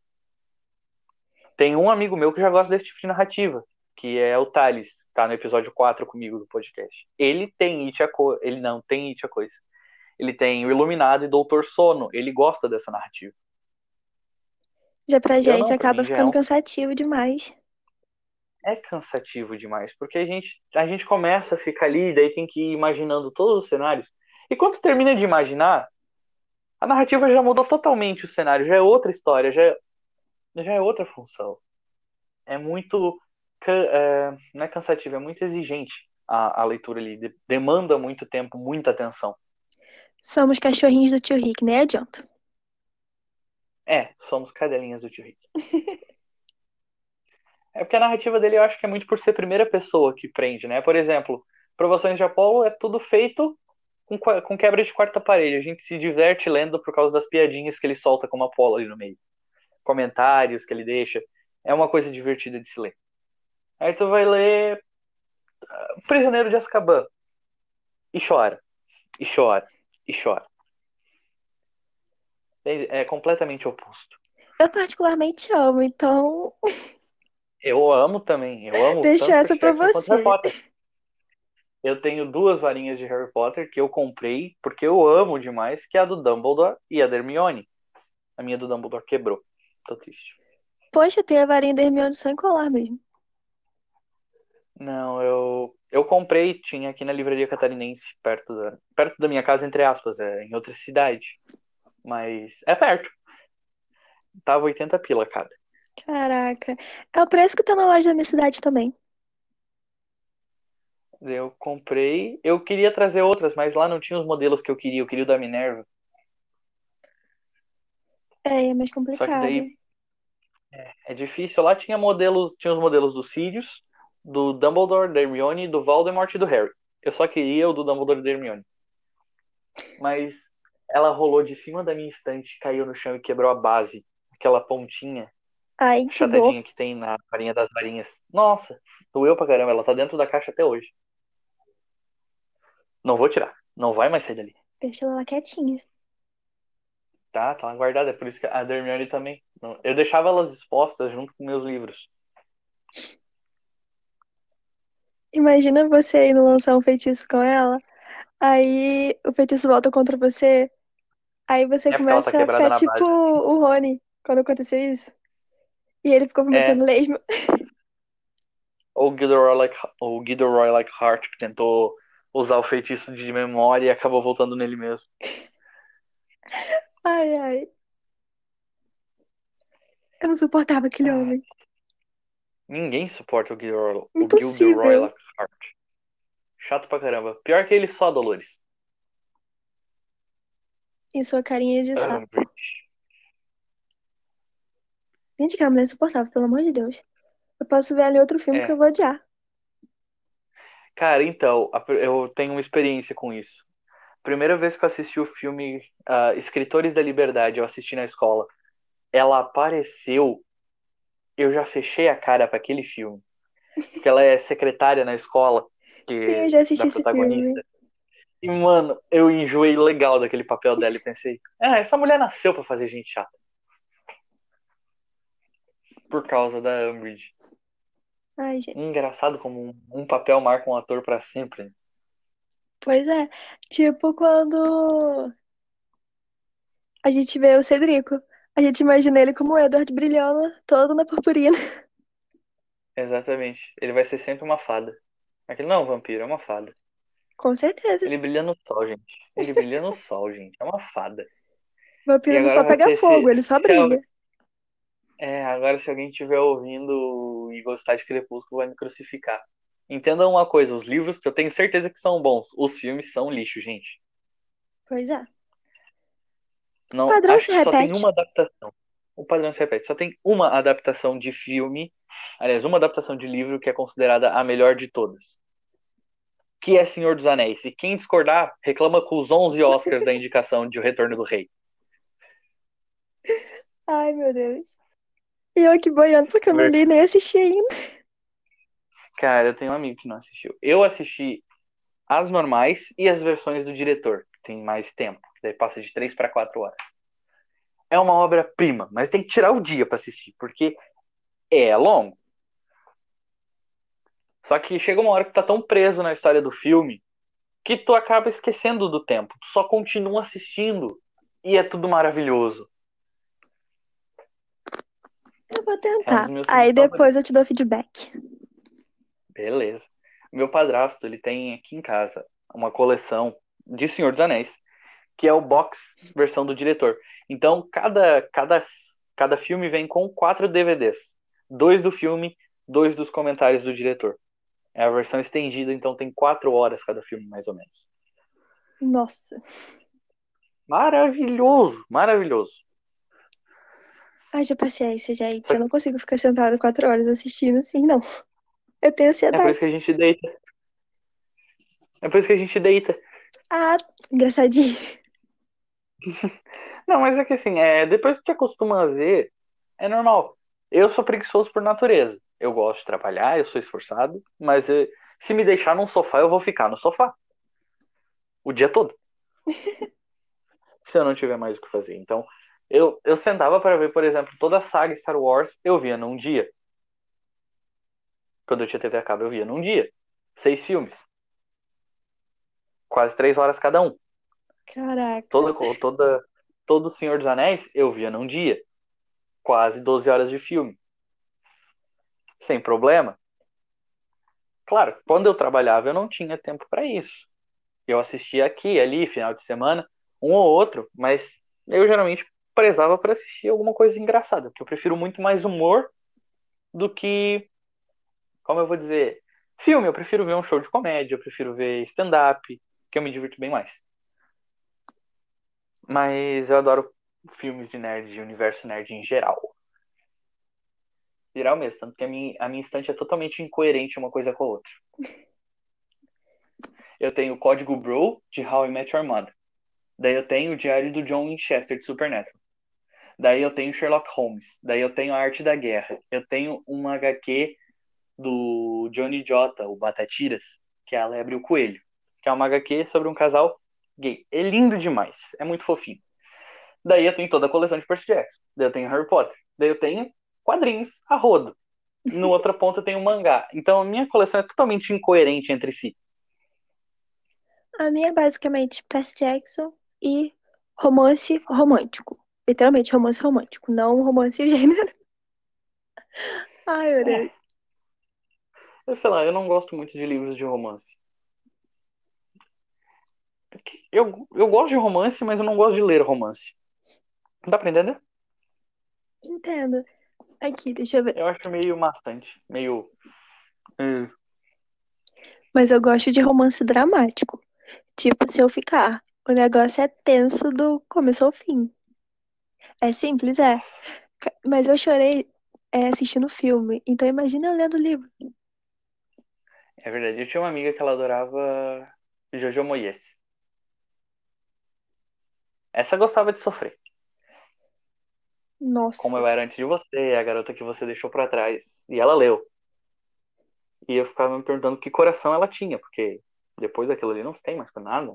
Tem um amigo meu que já gosta desse tipo de narrativa, que é o Thales, tá no episódio quatro comigo do podcast. Ele tem It a Co... ele não tem It a Coisa. Ele tem o Iluminado e Doutor Sono. Ele gosta dessa narrativa. Já pra Eu gente não, pra acaba mim já é ficando um cansativo demais. é cansativo demais, porque a gente a gente começa a ficar ali, daí tem que ir imaginando todos os cenários. E quando termina de imaginar, a narrativa já mudou totalmente o cenário, já é outra história, já é, já é outra função. É muito é, não é cansativo, é muito exigente a, a leitura ali. De- demanda muito tempo, muita atenção. Somos cachorrinhos do tio Rick, nem adianta. É, somos cadelinhas do tio Rick. É porque a narrativa dele eu acho que é muito por ser primeira pessoa que prende, né? Por exemplo, Provações de Apolo é tudo feito com, qua- com quebra de quarta parede. A gente se diverte lendo por causa das piadinhas que ele solta como Apolo ali no meio. Comentários que ele deixa. É uma coisa divertida de se ler. Aí tu vai ler Prisioneiro de Azkaban e chora, e chora, e chora. É, é completamente oposto. Eu particularmente amo, então Eu amo também, eu amo deixo tanto essa Percy pra Jackson quanto Harry você. Potter. Eu tenho duas varinhas de Harry Potter que eu comprei porque eu amo demais, que é a do Dumbledore e a da Hermione. A minha do Dumbledore quebrou. Tô triste. Poxa, tem a varinha da Hermione só em colar mesmo. Não, eu eu comprei, tinha aqui na livraria catarinense, perto da, perto da minha casa, entre aspas, é em outra cidade. Mas é perto. Tava oitenta pila, cara. Caraca. É o preço que tá na loja da minha cidade também. Eu comprei. Eu queria trazer outras, mas lá não tinha os modelos que eu queria. Eu queria o da Minerva. É, é mais Só que complicado. daí é difícil. Lá tinha modelos, tinha os modelos do Sirius, do Dumbledore, da Hermione, do Voldemort e do Harry. Eu só queria o do Dumbledore e da Hermione. Mas ela rolou de cima da minha estante, caiu no chão e quebrou a base. Aquela pontinha Ai, que dor. chatadinha que tem na varinha das varinhas. Nossa, doeu pra caramba. Ela tá dentro da caixa até hoje. Não vou tirar. Não vai mais sair dali. Deixa ela lá quietinha. Tá, tá lá guardada. É por isso que a da Hermione também. Não- Eu deixava elas expostas junto com meus livros. Imagina você indo lançar um feitiço com ela, aí o feitiço volta contra você, aí você É porque ela tá começa a quebrada ficar na tipo base. o Rony, quando aconteceu isso. E ele ficou prometendo É, lesma. ou Gilderoy Like, ou Gilderoy Lockhart, que tentou usar o feitiço de memória e acabou voltando nele mesmo. Ai, ai. Eu não suportava aquele Ah, homem. ninguém suporta o Gilderoy, o Gilderoy Impossível. Lockhart. Chato pra caramba. Pior que ele só, Dolores. E sua carinha de sapo. Umbridge. Gente, aquela mulher é insuportável, pelo amor de Deus. Eu posso ver ela em outro filme que eu É. vou odiar. Cara, então, a- eu tenho uma experiência com isso. Primeira vez que eu assisti o filme ah, Escritores da Liberdade, eu assisti na escola. Ela apareceu, eu já fechei a cara pra aquele filme. Porque ela é secretária na escola Sim, eu que, já assisti da esse filme. protagonista. E, mano, eu enjoei legal daquele papel dela e pensei, ah, essa mulher nasceu pra fazer gente chata. Por causa da Umbridge. Ai, gente. Engraçado como um, um papel marca um ator pra sempre, né? Pois é. Tipo quando a gente vê o Cedrico. A gente imagina ele como o Edward brilhando, todo na purpurina. Exatamente. Ele vai ser sempre uma fada. Aquele não é um vampiro, é uma fada. Com certeza. Ele brilha no sol, gente. Ele brilha no sol, gente. É uma fada. E Vampiro não só agora vai pega ter se, fogo, ele só se al- brilha. é, agora se alguém estiver ouvindo e gostar de Crepúsculo vai me crucificar. Entendam uma coisa, os livros que eu tenho certeza que são bons, os filmes são lixo, gente. Pois é. O Não, padrão acho se que só tem repete. uma adaptação. O padrão se repete. Só tem uma adaptação de filme, aliás, uma adaptação de livro que é considerada a melhor de todas, que é Senhor dos Anéis. E quem discordar, reclama com os onze Oscars da indicação de O Retorno do Rei. Ai, meu Deus. E eu aqui boiando porque eu não li Vers- nem assisti ainda. Cara, eu tenho um amigo que não assistiu. Eu assisti as normais e as versões do diretor, que tem mais tempo, que daí passa de três para quatro horas. É uma obra-prima, mas tem que tirar o dia pra assistir, porque é longo. Só que chega uma hora que tá tão preso na história do filme que tu acaba esquecendo do tempo. Tu só continua assistindo e é tudo maravilhoso. Eu vou É um dos tentar. meus filmes Aí depois favoritos. eu te dou feedback. Beleza. Meu padrasto, ele tem aqui em casa uma coleção de Senhor dos Anéis, que é o box versão do diretor. Então, cada, cada, cada filme vem com quatro D V Ds. Dois do filme, dois dos comentários do diretor. É a versão estendida, então tem quatro horas cada filme, mais ou menos. Nossa. Maravilhoso, maravilhoso. Haja paciência, gente. Só Eu que não consigo ficar sentada quatro horas assistindo assim, não. Eu tenho é por isso que a ansiedade. gente deita. É por isso que a gente deita. Ah, engraçadinho. Não, mas é que assim, é, depois que tu acostuma a ver, é normal. Eu sou preguiçoso por natureza. Eu gosto de trabalhar, eu sou esforçado, mas eh, se me deixar num sofá, eu vou ficar no sofá o dia todo, se eu não tiver mais o que fazer. Então, eu, eu sentava para ver, por exemplo, toda a saga Star Wars, eu via num dia. Quando eu tinha T V a cabo, eu via num dia. Seis filmes, quase três horas cada um. Caraca. Toda, toda, todo o Senhor dos Anéis, eu via num dia. Quase doze horas de filme. Sem problema. Claro, quando eu trabalhava, eu não tinha tempo para isso. Eu assistia aqui, ali, final de semana, um ou outro, mas eu geralmente prezava para assistir alguma coisa engraçada, porque eu prefiro muito mais humor do que, como eu vou dizer, filme. Eu prefiro ver um show de comédia, eu prefiro ver stand-up, que eu me divirto bem mais. Mas eu adoro filmes de nerd, de universo nerd em geral. Geral mesmo, tanto que a minha, a minha estante é totalmente incoerente uma coisa com a outra. Eu tenho o Código Bro, de How I Met Your Mother. Daí eu tenho o Diário do John Winchester, de Supernatural. Daí eu tenho Sherlock Holmes. Daí eu tenho A Arte da Guerra. Eu tenho uma agá quê do Johnny Jota, o Batatiras, que é A Lebre e o Coelho. Que é uma agá quê sobre um casal gay. É lindo demais. É muito fofinho. Daí eu tenho toda a coleção de Percy Jackson. Daí eu tenho Harry Potter. Daí eu tenho quadrinhos a rodo. No outro ponto eu tenho mangá. Então a minha coleção é totalmente incoerente entre si. A minha é basicamente Percy Jackson e romance romântico. Literalmente romance romântico, não romance e gênero. Ai, meu Deus. É, eu sei lá, eu não gosto muito de livros de romance. Eu, eu gosto de romance, mas eu não gosto de ler romance. Dá pra entender? Entendo. Aqui, deixa eu ver. Eu acho meio maçante, meio. hum, Mas eu gosto de romance dramático. Tipo, se eu ficar, o negócio é tenso do começo ao fim. É simples, é. Nossa, Ca- Mas eu chorei é, assistindo o filme. Então imagina eu lendo o livro. é verdade. Eu tinha uma amiga que ela adorava Jojo Moyes. Essa gostava de sofrer. Como Nossa. eu era antes de você, a garota que você deixou pra trás. E ela leu. E eu ficava me perguntando que coração ela tinha, porque depois daquilo ali não tem mais pra nada.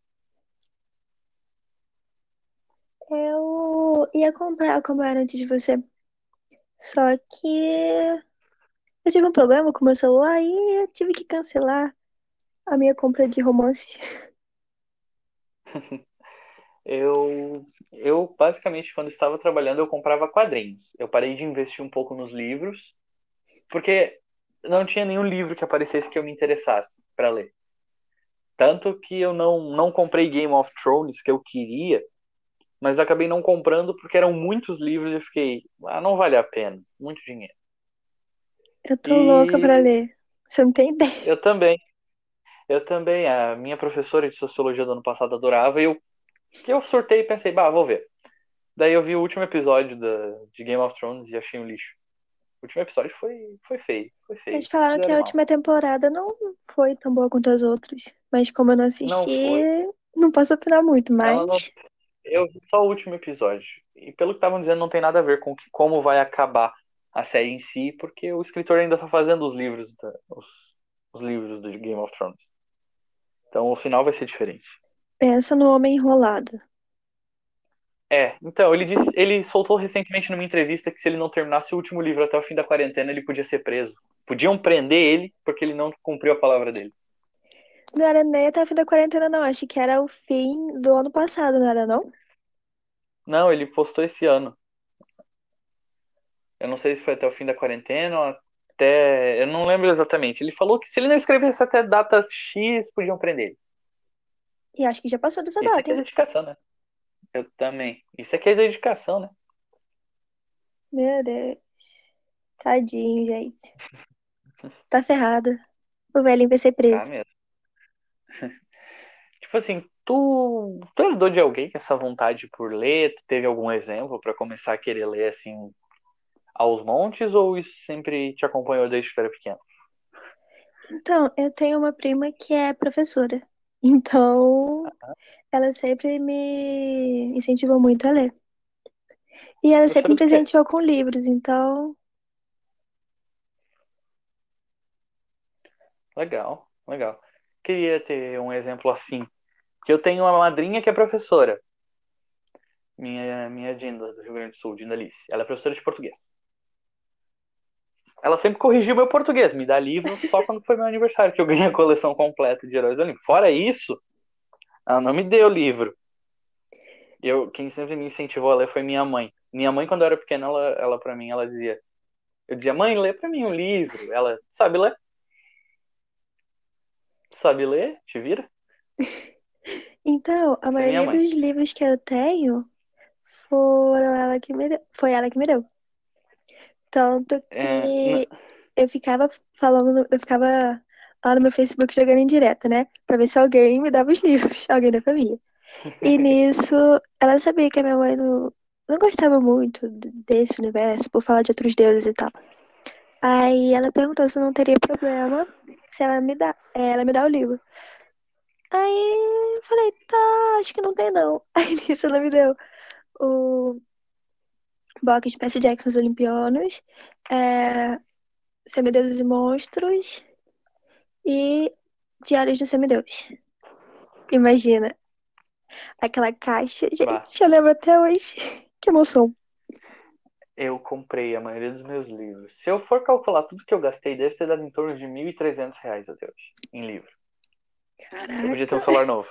Eu ia comprar como era antes de você. Só que eu tive um problema com o meu celular e eu tive que cancelar a minha compra de romance. Eu, eu basicamente, quando estava trabalhando, eu comprava quadrinhos. Eu parei de investir um pouco nos livros, porque não tinha nenhum livro que aparecesse que eu me interessasse pra ler. Tanto que eu não, não comprei Game of Thrones, que eu queria, mas acabei não comprando porque eram muitos livros e eu fiquei, ah, não vale a pena, muito dinheiro. Eu tô louca pra E ler. Você não tem ideia. eu também, eu também, a minha professora de sociologia do ano passado adorava, e eu, eu surtei e pensei, bah, vou ver. Daí eu vi o último episódio da, de Game of Thrones e achei um lixo. O último episódio foi, foi feio, foi Eles feio, falaram que fizeram a mal. última temporada não foi tão boa quanto as outras. Mas como eu não Não assisti, foi, não posso opinar muito, ela não, mas eu vi só o último episódio. E pelo que estavam dizendo, não tem nada a ver com que, como vai acabar a série em si, porque o escritor ainda está fazendo os livros, da, os, os livros do Game of Thrones. Então o final vai ser diferente. pensa no homem enrolado. É, então, ele disse, ele soltou recentemente numa entrevista que se ele não terminasse o último livro até o fim da quarentena, ele podia ser preso. Podiam prender ele porque ele não cumpriu a palavra dele. Não era nem até o fim da quarentena, não. Acho que era o fim do ano passado, não era, não? Não, ele postou esse ano. Eu não sei se foi até o fim da quarentena ou até. Eu não lembro exatamente. Ele falou que se ele não escrevesse até data X, podiam prender ele. E acho que já passou dessa Isso data, aqui é hein? dedicação, né? Eu também. Isso aqui é dedicação, né? Meu Deus. Tadinho, gente. Tá ferrado. O velhinho vai ser Tá preso. mesmo. Tipo assim, tu, tu herdou de alguém essa vontade por ler? Tu teve algum exemplo pra começar a querer ler assim aos montes ou isso sempre te acompanhou desde que era pequeno? Então, eu tenho uma prima que é professora. Então, ela sempre me incentivou muito a ler. E ela sempre Professora me do quê? presenteou com livros, então. Legal, legal. Queria ter um exemplo assim. Que eu tenho uma madrinha que é professora. Minha, minha Dinda, do Rio Grande do Sul, Dinda Alice. Ela é professora de português. Ela sempre corrigiu meu português, me dá livro só quando foi meu aniversário, que eu ganhei a coleção completa de Heróis do Olimpo. Fora isso, ela não me deu livro. Eu, quem sempre me incentivou a ler foi minha mãe. Minha mãe, quando eu era pequena, ela, ela para mim, ela dizia... Eu dizia, mãe, lê pra mim um livro. Ela, sabe ler? Sabe ler? Te vira? Então, a Essa é minha maioria mãe. dos livros que eu tenho foram ela que me deu. Foi ela que me deu. Tanto É, n- que eu ficava falando, no- eu ficava lá no meu Facebook jogando em direto, né? Pra ver se alguém me dava os livros, alguém da família. E nisso, ela sabia que a minha mãe não, não gostava muito d- desse universo, por falar de outros deuses e tal. Aí ela perguntou se não teria problema se ela me dá, eh, ela me dá o livro. Aí eu falei, tá, acho que não tem não. Aí nisso ela me deu o box de Percy Jackson os Olimpianos, é, Semideuses e Monstros e Diários do Semideus. Imagina, aquela caixa. bah, Gente, eu lembro até hoje. Que emoção. eu comprei a maioria dos meus livros. Se eu for calcular tudo que eu gastei, deve ter dado em torno de mil e trezentos reais até hoje, em livro. Eu podia ter um Caraca, celular novo.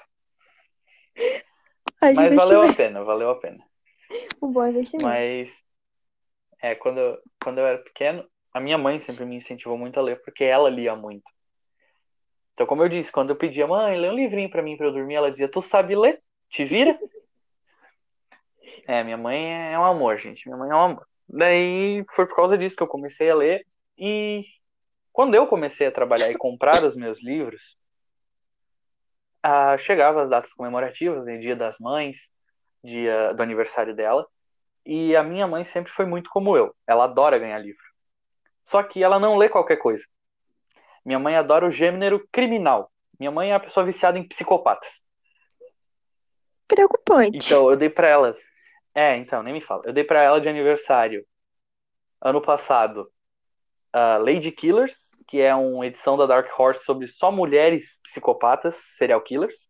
haja Mas valeu a investimento. pena, valeu a pena. Um bom investimento. Mas, é, quando, eu- quando eu era pequeno, a minha mãe sempre me incentivou muito a ler, porque ela lia muito. Então, como eu disse, quando eu pedia, mãe, lê um livrinho pra mim pra eu dormir, ela dizia, tu sabe ler? Te vira? É, minha mãe é um amor, gente. Minha mãe é um amor. Daí, foi por causa disso que eu comecei a ler. E quando eu comecei a trabalhar e comprar os meus livros, ah, chegava as datas comemorativas, né, Dia das Mães, dia do aniversário dela. E a minha mãe sempre foi muito como eu. Ela adora ganhar livro. Só que ela não lê qualquer coisa. Minha mãe adora o gênero criminal. Minha mãe é uma pessoa viciada em psicopatas. Preocupante. Então, eu dei pra ela. É, então, nem me fala. Eu dei pra ela de aniversário, ano passado, a Lady Killers, que é uma edição da Dark Horse sobre só mulheres psicopatas, serial killers.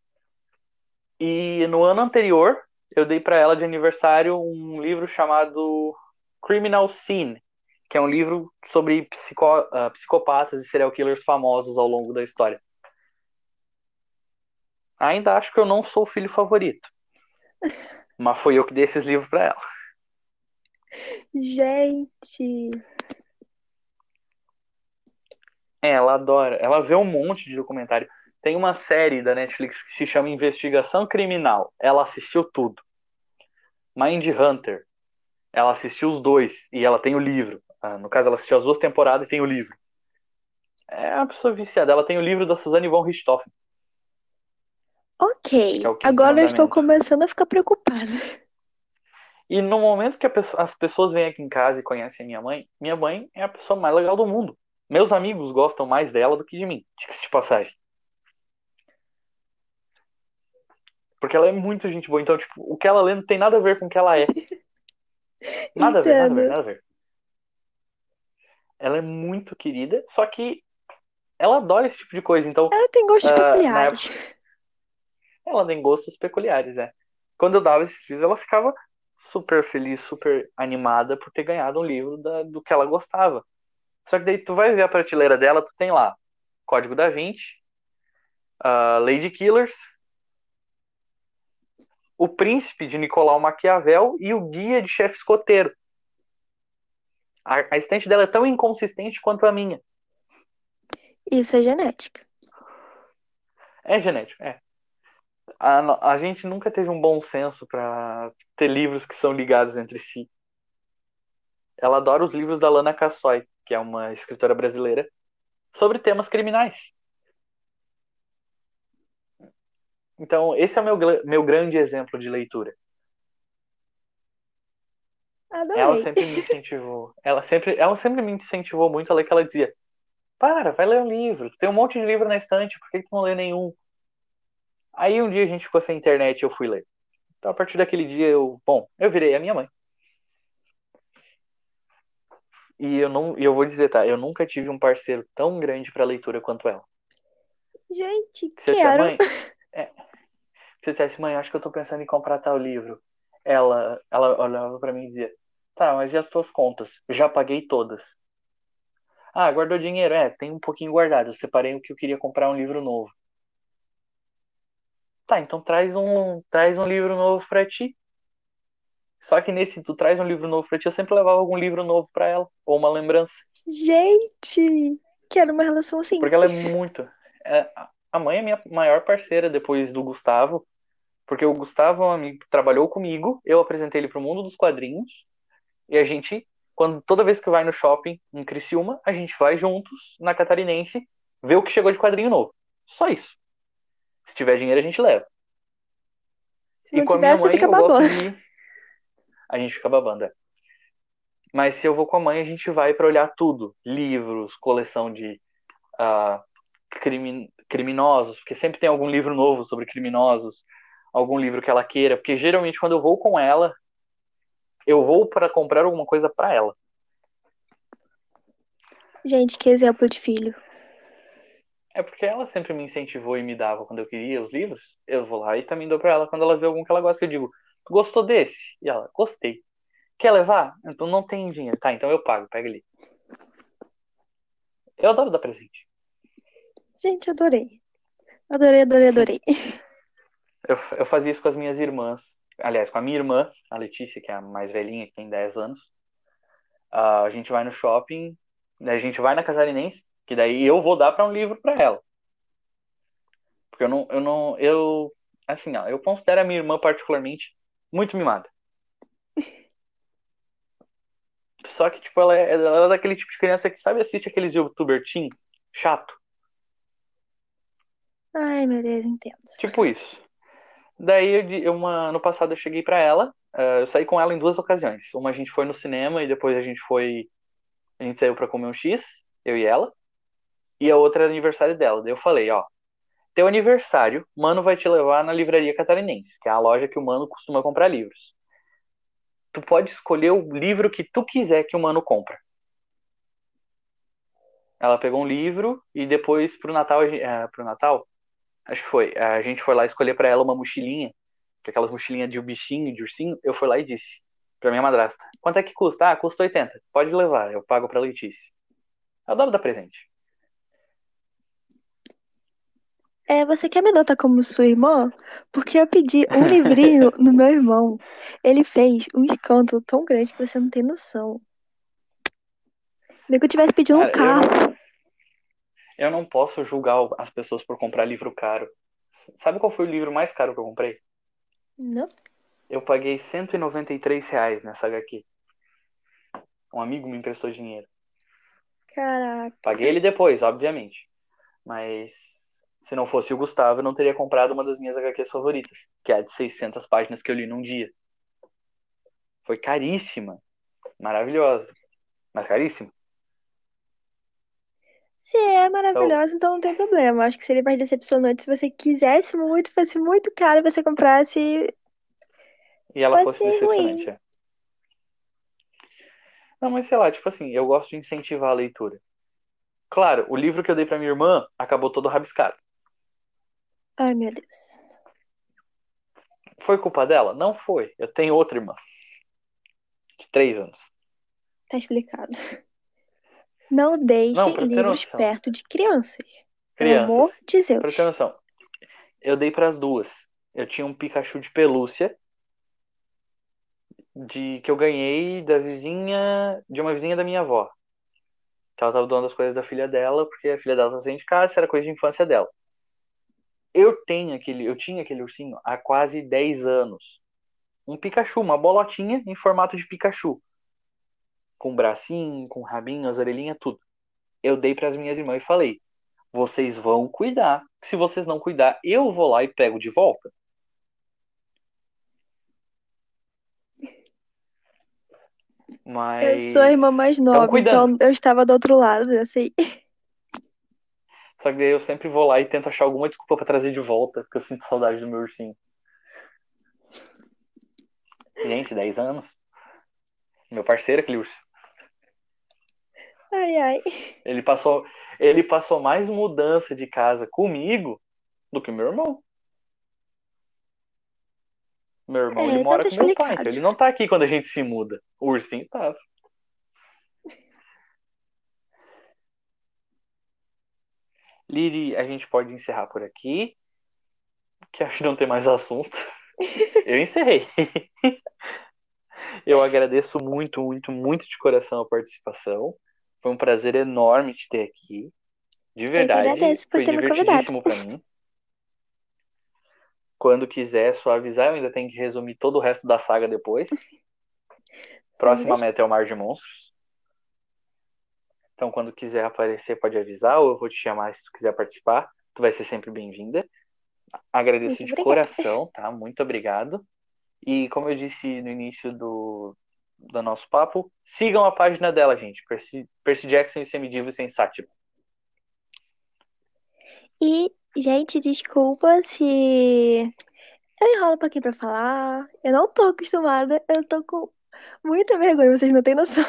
E no ano anterior, eu dei pra ela de aniversário um livro chamado Criminal Scene, que é um livro sobre psico, uh, psicopatas e serial killers famosos ao longo da história. Ainda acho que eu não sou o filho favorito, mas foi eu que dei esses livros pra ela. Gente. É, ela adora. Ela vê um monte de documentário. Tem uma série da Netflix que se chama Investigação Criminal. Ela assistiu tudo. Mind Hunter. Ela assistiu os dois e ela tem o livro. Ah, no caso, ela assistiu as duas temporadas e tem o livro. É uma pessoa viciada. Ela tem o livro da Suzanne von Richthofen, que é Ok. o Quinto Agora eu estou Mandamento. começando a ficar preocupada. E no momento que pessoa, as pessoas vêm aqui em casa e conhecem a minha mãe, minha mãe é a pessoa mais legal do mundo. Meus amigos gostam mais dela do que de mim, diga-se de passagem. Porque ela é muito gente boa. Então, tipo, o que ela lê não tem nada a ver com o que ela é. Nada a ver, nada a ver, Entendo. nada a ver. Ela é muito querida, só que ela adora esse tipo de coisa. Então, Ela tem gostos uh, na época, peculiares. ela tem gostos peculiares, né? Quando eu dava esses livros, ela ficava super feliz, super animada por ter ganhado um livro da, do que ela gostava. Só que daí tu vai ver a prateleira dela, tu tem lá Código da Vinci, uh, Lady Killers, O Príncipe de Nicolau Maquiavel e o Guia de Chefe Escoteiro. A, a estante dela é tão inconsistente quanto a minha. Isso é genética. É genético, é. A, a gente nunca teve um bom senso para ter livros que são ligados entre si. ela adora os livros da Lana Cassoy, que é uma escritora brasileira, sobre temas criminais. Então, esse é o meu, meu grande exemplo de leitura. Ela Adorei. sempre me incentivou. Ela sempre, ela sempre me incentivou muito a ler, que ela dizia: para, vai ler um livro. Tem um monte de livro na estante, por que tu não lê nenhum? Aí um dia a gente ficou sem internet e eu fui ler. Então, a partir daquele dia, eu, bom, eu virei a minha mãe. E eu não, e eu vou dizer, tá? Eu nunca tive um parceiro tão grande pra leitura quanto ela. Gente, Se eu disser, quero. mãe, é, se eu dissesse, mãe, acho que eu tô pensando em comprar tal livro. Ela, ela olhava pra mim e dizia: tá, mas e as tuas contas? Já paguei todas. Ah, guardou dinheiro? É, tem um pouquinho guardado. Eu separei o que eu queria comprar um livro novo. Tá, então traz um, traz um livro novo pra ti. Só que nesse tu traz um livro novo pra ti, eu sempre levava algum livro novo pra ela, ou uma lembrança. Gente, quero uma relação assim. Porque ela é muito. É, a mãe é minha maior parceira depois do Gustavo, porque o Gustavo é um amigo que trabalhou comigo, eu apresentei ele pro mundo dos quadrinhos, e a gente, quando toda vez que vai no shopping em Criciúma, a gente vai juntos na Catarinense ver o que chegou de quadrinho novo. Só isso. Se tiver dinheiro, a gente leva. Se E não com a minha tiver, você mãe, fica eu gosto babando. de ir. A gente fica babando, é. Mas se eu vou com a mãe, a gente vai pra olhar tudo. Livros, coleção de uh, crimi criminosos, porque sempre tem algum livro novo sobre criminosos, algum livro que ela queira, porque geralmente quando eu vou com ela, eu vou para comprar alguma coisa para ela. Gente, que exemplo de filho. É porque ela sempre me incentivou e me dava quando eu queria os livros. Eu vou lá e também dou para ela quando ela vê algum que ela gosta. Eu digo: tu gostou desse? E ela: gostei. Quer levar? Então não tem dinheiro. Tá, então eu pago, pega ali. Eu adoro dar presente. Gente, adorei. Adorei, adorei, adorei. Eu, eu fazia isso com as minhas irmãs. Aliás, com a minha irmã, a Letícia, que é a mais velhinha, que tem dez anos. Uh, a gente vai no shopping, daí a gente vai na Catarinense, que daí eu vou dar para um livro para ela. Porque eu não, eu não, eu, assim, ó, eu considero a minha irmã particularmente muito mimada. Só que, tipo, ela é, ela é daquele tipo de criança que, sabe, assiste aqueles youtuber teen chato. Ai, meu Deus, entendo. Tipo isso. Daí, eu, uma, no passado, eu cheguei pra ela, uh, eu saí com ela em duas ocasiões. Uma a gente foi no cinema e depois a gente foi, a gente saiu pra comer um X, eu e ela. E a outra era aniversário dela. Daí eu falei: ó, teu aniversário, Mano vai te levar na Livraria Catarinense, que é a loja que o Mano costuma comprar livros. Tu pode escolher o livro que tu quiser que o Mano compra. Ela pegou um livro e depois pro Natal, é, pro Natal, acho que foi, a gente foi lá escolher pra ela uma mochilinha, que é aquelas mochilinhas de bichinho, de ursinho. Eu fui lá e disse pra minha madrasta: quanto é que custa? Ah, custa oitenta. Pode levar, eu pago pra Letícia. Eu adoro dar presente. É, você quer me adotar como sua irmã? Porque eu pedi um livrinho no meu irmão. Ele fez um escândalo tão grande que você não tem noção. Nem que eu tivesse pedido um Cara, eu não, carro. eu não posso julgar as pessoas por comprar livro caro. Sabe qual foi o livro mais caro que eu comprei? Não? Eu paguei cento e noventa e três reais nessa agá quê. Um amigo me emprestou dinheiro. Caraca. Paguei ele depois, obviamente. Mas se não fosse o Gustavo, eu não teria comprado uma das minhas agá quês favoritas, que é a de seiscentas páginas que eu li num dia. Foi caríssima. Maravilhosa. Mas caríssima. Se é Então, maravilhoso, então não tem problema. Acho que seria mais decepcionante se você quisesse muito, fosse muito caro e você comprasse e e ela fosse fosse ruim. decepcionante. É. Não, mas sei lá, tipo assim, eu gosto de incentivar a leitura. Claro, o livro que eu dei pra minha irmã acabou todo rabiscado. Ai, meu Deus. Foi culpa dela? Não foi. Eu tenho outra irmã, de três anos. Tá explicado. Não deixe Não, pra ter livros noção. perto de crianças. Pelo Crianças, amor de pra ter Deus. noção. Eu dei pras duas. Eu tinha um Pikachu de pelúcia de que eu ganhei da vizinha, de uma vizinha da minha avó. Que ela tava doando as coisas da filha dela, porque a filha dela tava saindo de casa, era coisa de infância dela. Eu tenho aquele, eu tinha aquele ursinho há quase dez anos. Um Pikachu, uma bolotinha em formato de Pikachu. com bracinho, com rabinho, as orelhinhas, tudo. Eu dei para as minhas irmãs e falei: vocês vão cuidar. Se vocês não cuidar, eu vou lá e pego de volta. Eu sou a Mas irmã mais estão nova, cuidando. então eu estava do outro lado, eu sei. Só que daí eu sempre vou lá e tento achar alguma desculpa pra trazer de volta, porque eu sinto saudade do meu ursinho. Gente, dez anos. Meu parceiro, aquele urso. Ai, ai. Ele passou, ele passou mais mudança de casa comigo do que meu irmão. Meu irmão, ele É, então mora tá com meu pai, explicado. então ele não tá aqui quando a gente se muda. O ursinho tava. Liri, a gente pode encerrar por aqui, que acho que não tem mais assunto. Eu encerrei. Eu agradeço muito, muito, muito de coração a participação. Foi um prazer enorme te ter aqui. De Eu que verdade, agradeço por foi ter me convidado. divertidíssimo pra mim. Quando quiser, só avisar. Eu ainda tenho que resumir todo o resto da saga depois. Pode Próxima deixar. meta é o Mar de Monstros. Então, quando quiser aparecer, pode avisar, ou eu vou te chamar se tu quiser participar. Tu vai ser sempre bem-vinda. Agradeço Muito de obrigada. coração, tá? Muito obrigado. E como eu disse no início do, do nosso papo, sigam a página dela, gente. Percy, Percy Jackson e o Semidivo Sem Sátiro. E, gente, desculpa se eu enrolo um pouquinho pra falar. Eu não tô acostumada. Eu tô com muita vergonha, vocês não têm noção.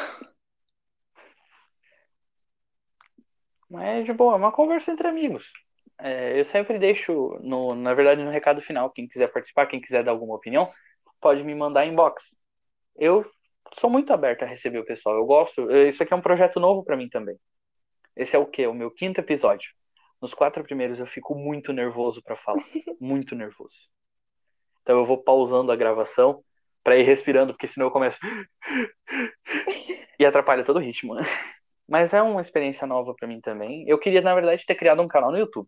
Mas, de boa, é uma conversa entre amigos. É, eu sempre deixo, no, na verdade, no recado final, quem quiser participar, quem quiser dar alguma opinião, pode me mandar inbox. Eu sou muito aberto a receber o pessoal. Eu gosto. Isso aqui é um projeto novo pra mim também. Esse é o quê? O meu quinto episódio. Nos quatro primeiros eu fico muito nervoso pra falar. Muito nervoso. Então eu vou pausando a gravação pra ir respirando, porque senão eu começo e atrapalha todo o ritmo. Mas é uma experiência nova pra mim também. Eu queria, na verdade, ter criado um canal no YouTube.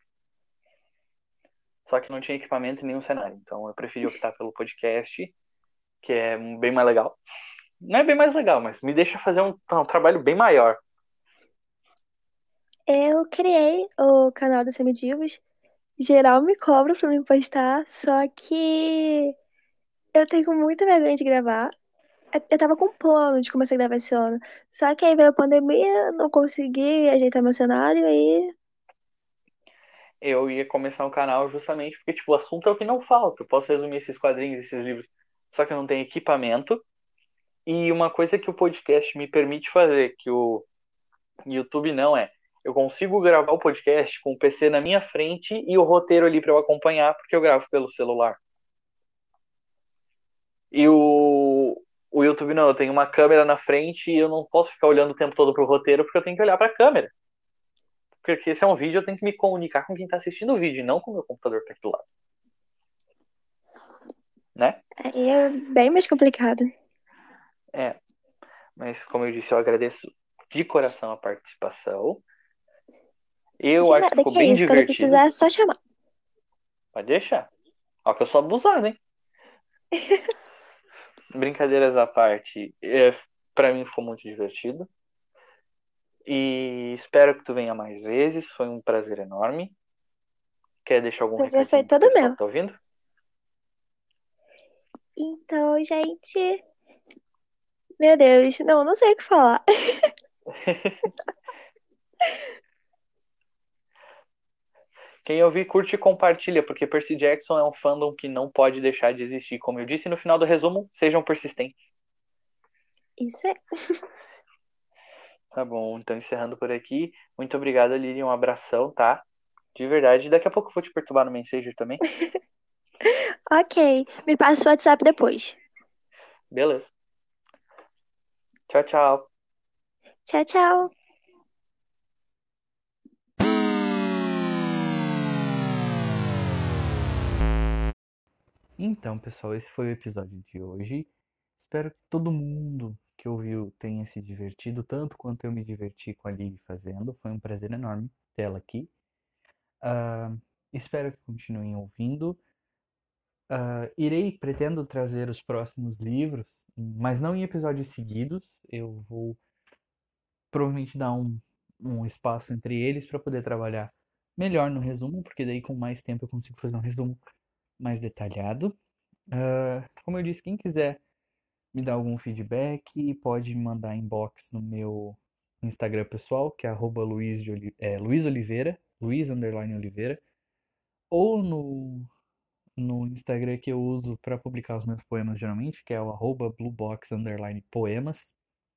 Só que não tinha equipamento e nenhum cenário. Então eu preferi optar pelo podcast, que é bem mais legal. Não é bem mais legal, mas me deixa fazer um, um trabalho bem maior. Eu criei o canal dos Semidivos. Geral me cobra pra me postar, só que eu tenho muita vergonha de gravar. Eu eu tava com plano de começar a gravar esse ano. Só que aí veio a pandemia, não consegui ajeitar meu cenário e. Eu ia começar um canal justamente porque, tipo, o assunto é o que não falta. Eu posso resumir esses quadrinhos, esses livros. Só que eu não tenho equipamento. E uma coisa que o podcast me permite fazer, que o YouTube não é. Eu consigo gravar o podcast com o P C na minha frente e o roteiro ali para eu acompanhar, porque eu gravo pelo celular. E o, o YouTube não, eu tenho uma câmera na frente e eu não posso ficar olhando o tempo todo pro roteiro porque eu tenho que olhar para a câmera. Porque se é um vídeo, eu tenho que me comunicar com quem tá assistindo o vídeo, e não com o meu computador que tá aqui do lado. Né? Aí é bem mais complicado. É. Mas, como eu disse, eu agradeço de coração a participação. Eu De acho que nada, ficou que é bem isso. Quando divertido. precisar, é só chamar. Pode deixar. Ó, que eu sou abusado, hein? Brincadeiras à parte, é, pra mim ficou muito divertido. E espero que tu venha mais vezes. Foi um prazer enorme. Quer deixar algum Prazer foi recadinho pro todo pessoal meu. que tá ouvindo? Então, gente. Meu Deus, não, não sei o que falar. Quem ouvir, curte e compartilha, porque Percy Jackson é um fandom que não pode deixar de existir. Como eu disse no final do resumo, sejam persistentes. Isso é. Tá bom, então encerrando por aqui. Muito obrigado, Lili. Um abração, tá? De verdade. Daqui a pouco eu vou te perturbar no Messenger também. Ok, me passa o WhatsApp depois. Beleza. Tchau, tchau. Tchau, tchau. Então, pessoal, esse foi o episódio de hoje. Espero que todo mundo que ouviu tenha se divertido tanto quanto eu me diverti com a Lili fazendo. Foi um prazer enorme tê-la aqui. Ah, espero que continuem ouvindo. Ah, irei, pretendo trazer os próximos livros, mas não em episódios seguidos. Eu vou provavelmente dar um, um espaço entre eles para poder trabalhar melhor no resumo, porque daí com mais tempo eu consigo fazer um resumo mais detalhado. Ah, como eu disse, quem quiser me dar algum feedback, pode me mandar inbox no meu Instagram pessoal, que é arroba Luiz, de Oli- é, Luiz Oliveira, Luiz underline Oliveira, ou no, no Instagram que eu uso para publicar os meus poemas geralmente, que é o arroba bluebox underline poemas.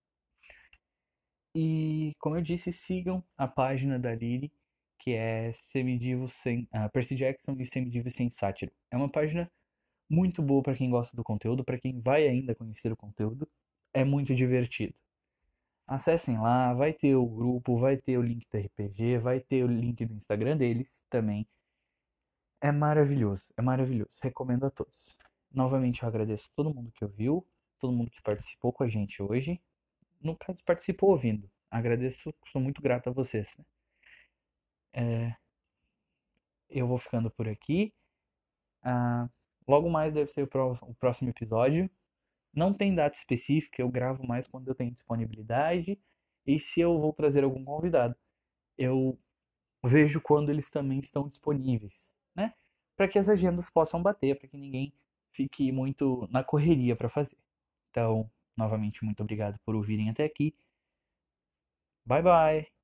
E, como eu disse, sigam a página da Lili, que é Semidivo sem, ah, Percy Jackson e Semidivo sem Sátiro. É uma página muito boa para quem gosta do conteúdo, para quem vai ainda conhecer o conteúdo. É muito divertido. Acessem lá, vai ter o grupo, vai ter o link do R P G, vai ter o link do Instagram deles também. É maravilhoso, é maravilhoso. Recomendo a todos. Novamente eu agradeço todo mundo que ouviu, todo mundo que participou com a gente hoje. No caso, participou ouvindo. Agradeço, sou muito grato a vocês, né? É, eu vou ficando por aqui. Ah, logo mais deve ser o, pró- o próximo episódio. Não tem data específica, eu gravo mais quando eu tenho disponibilidade e se eu vou trazer algum convidado. Eu vejo quando eles também estão disponíveis, né? Para que as agendas possam bater, para que ninguém fique muito na correria para fazer. Então, novamente, muito obrigado por ouvirem até aqui. Bye bye!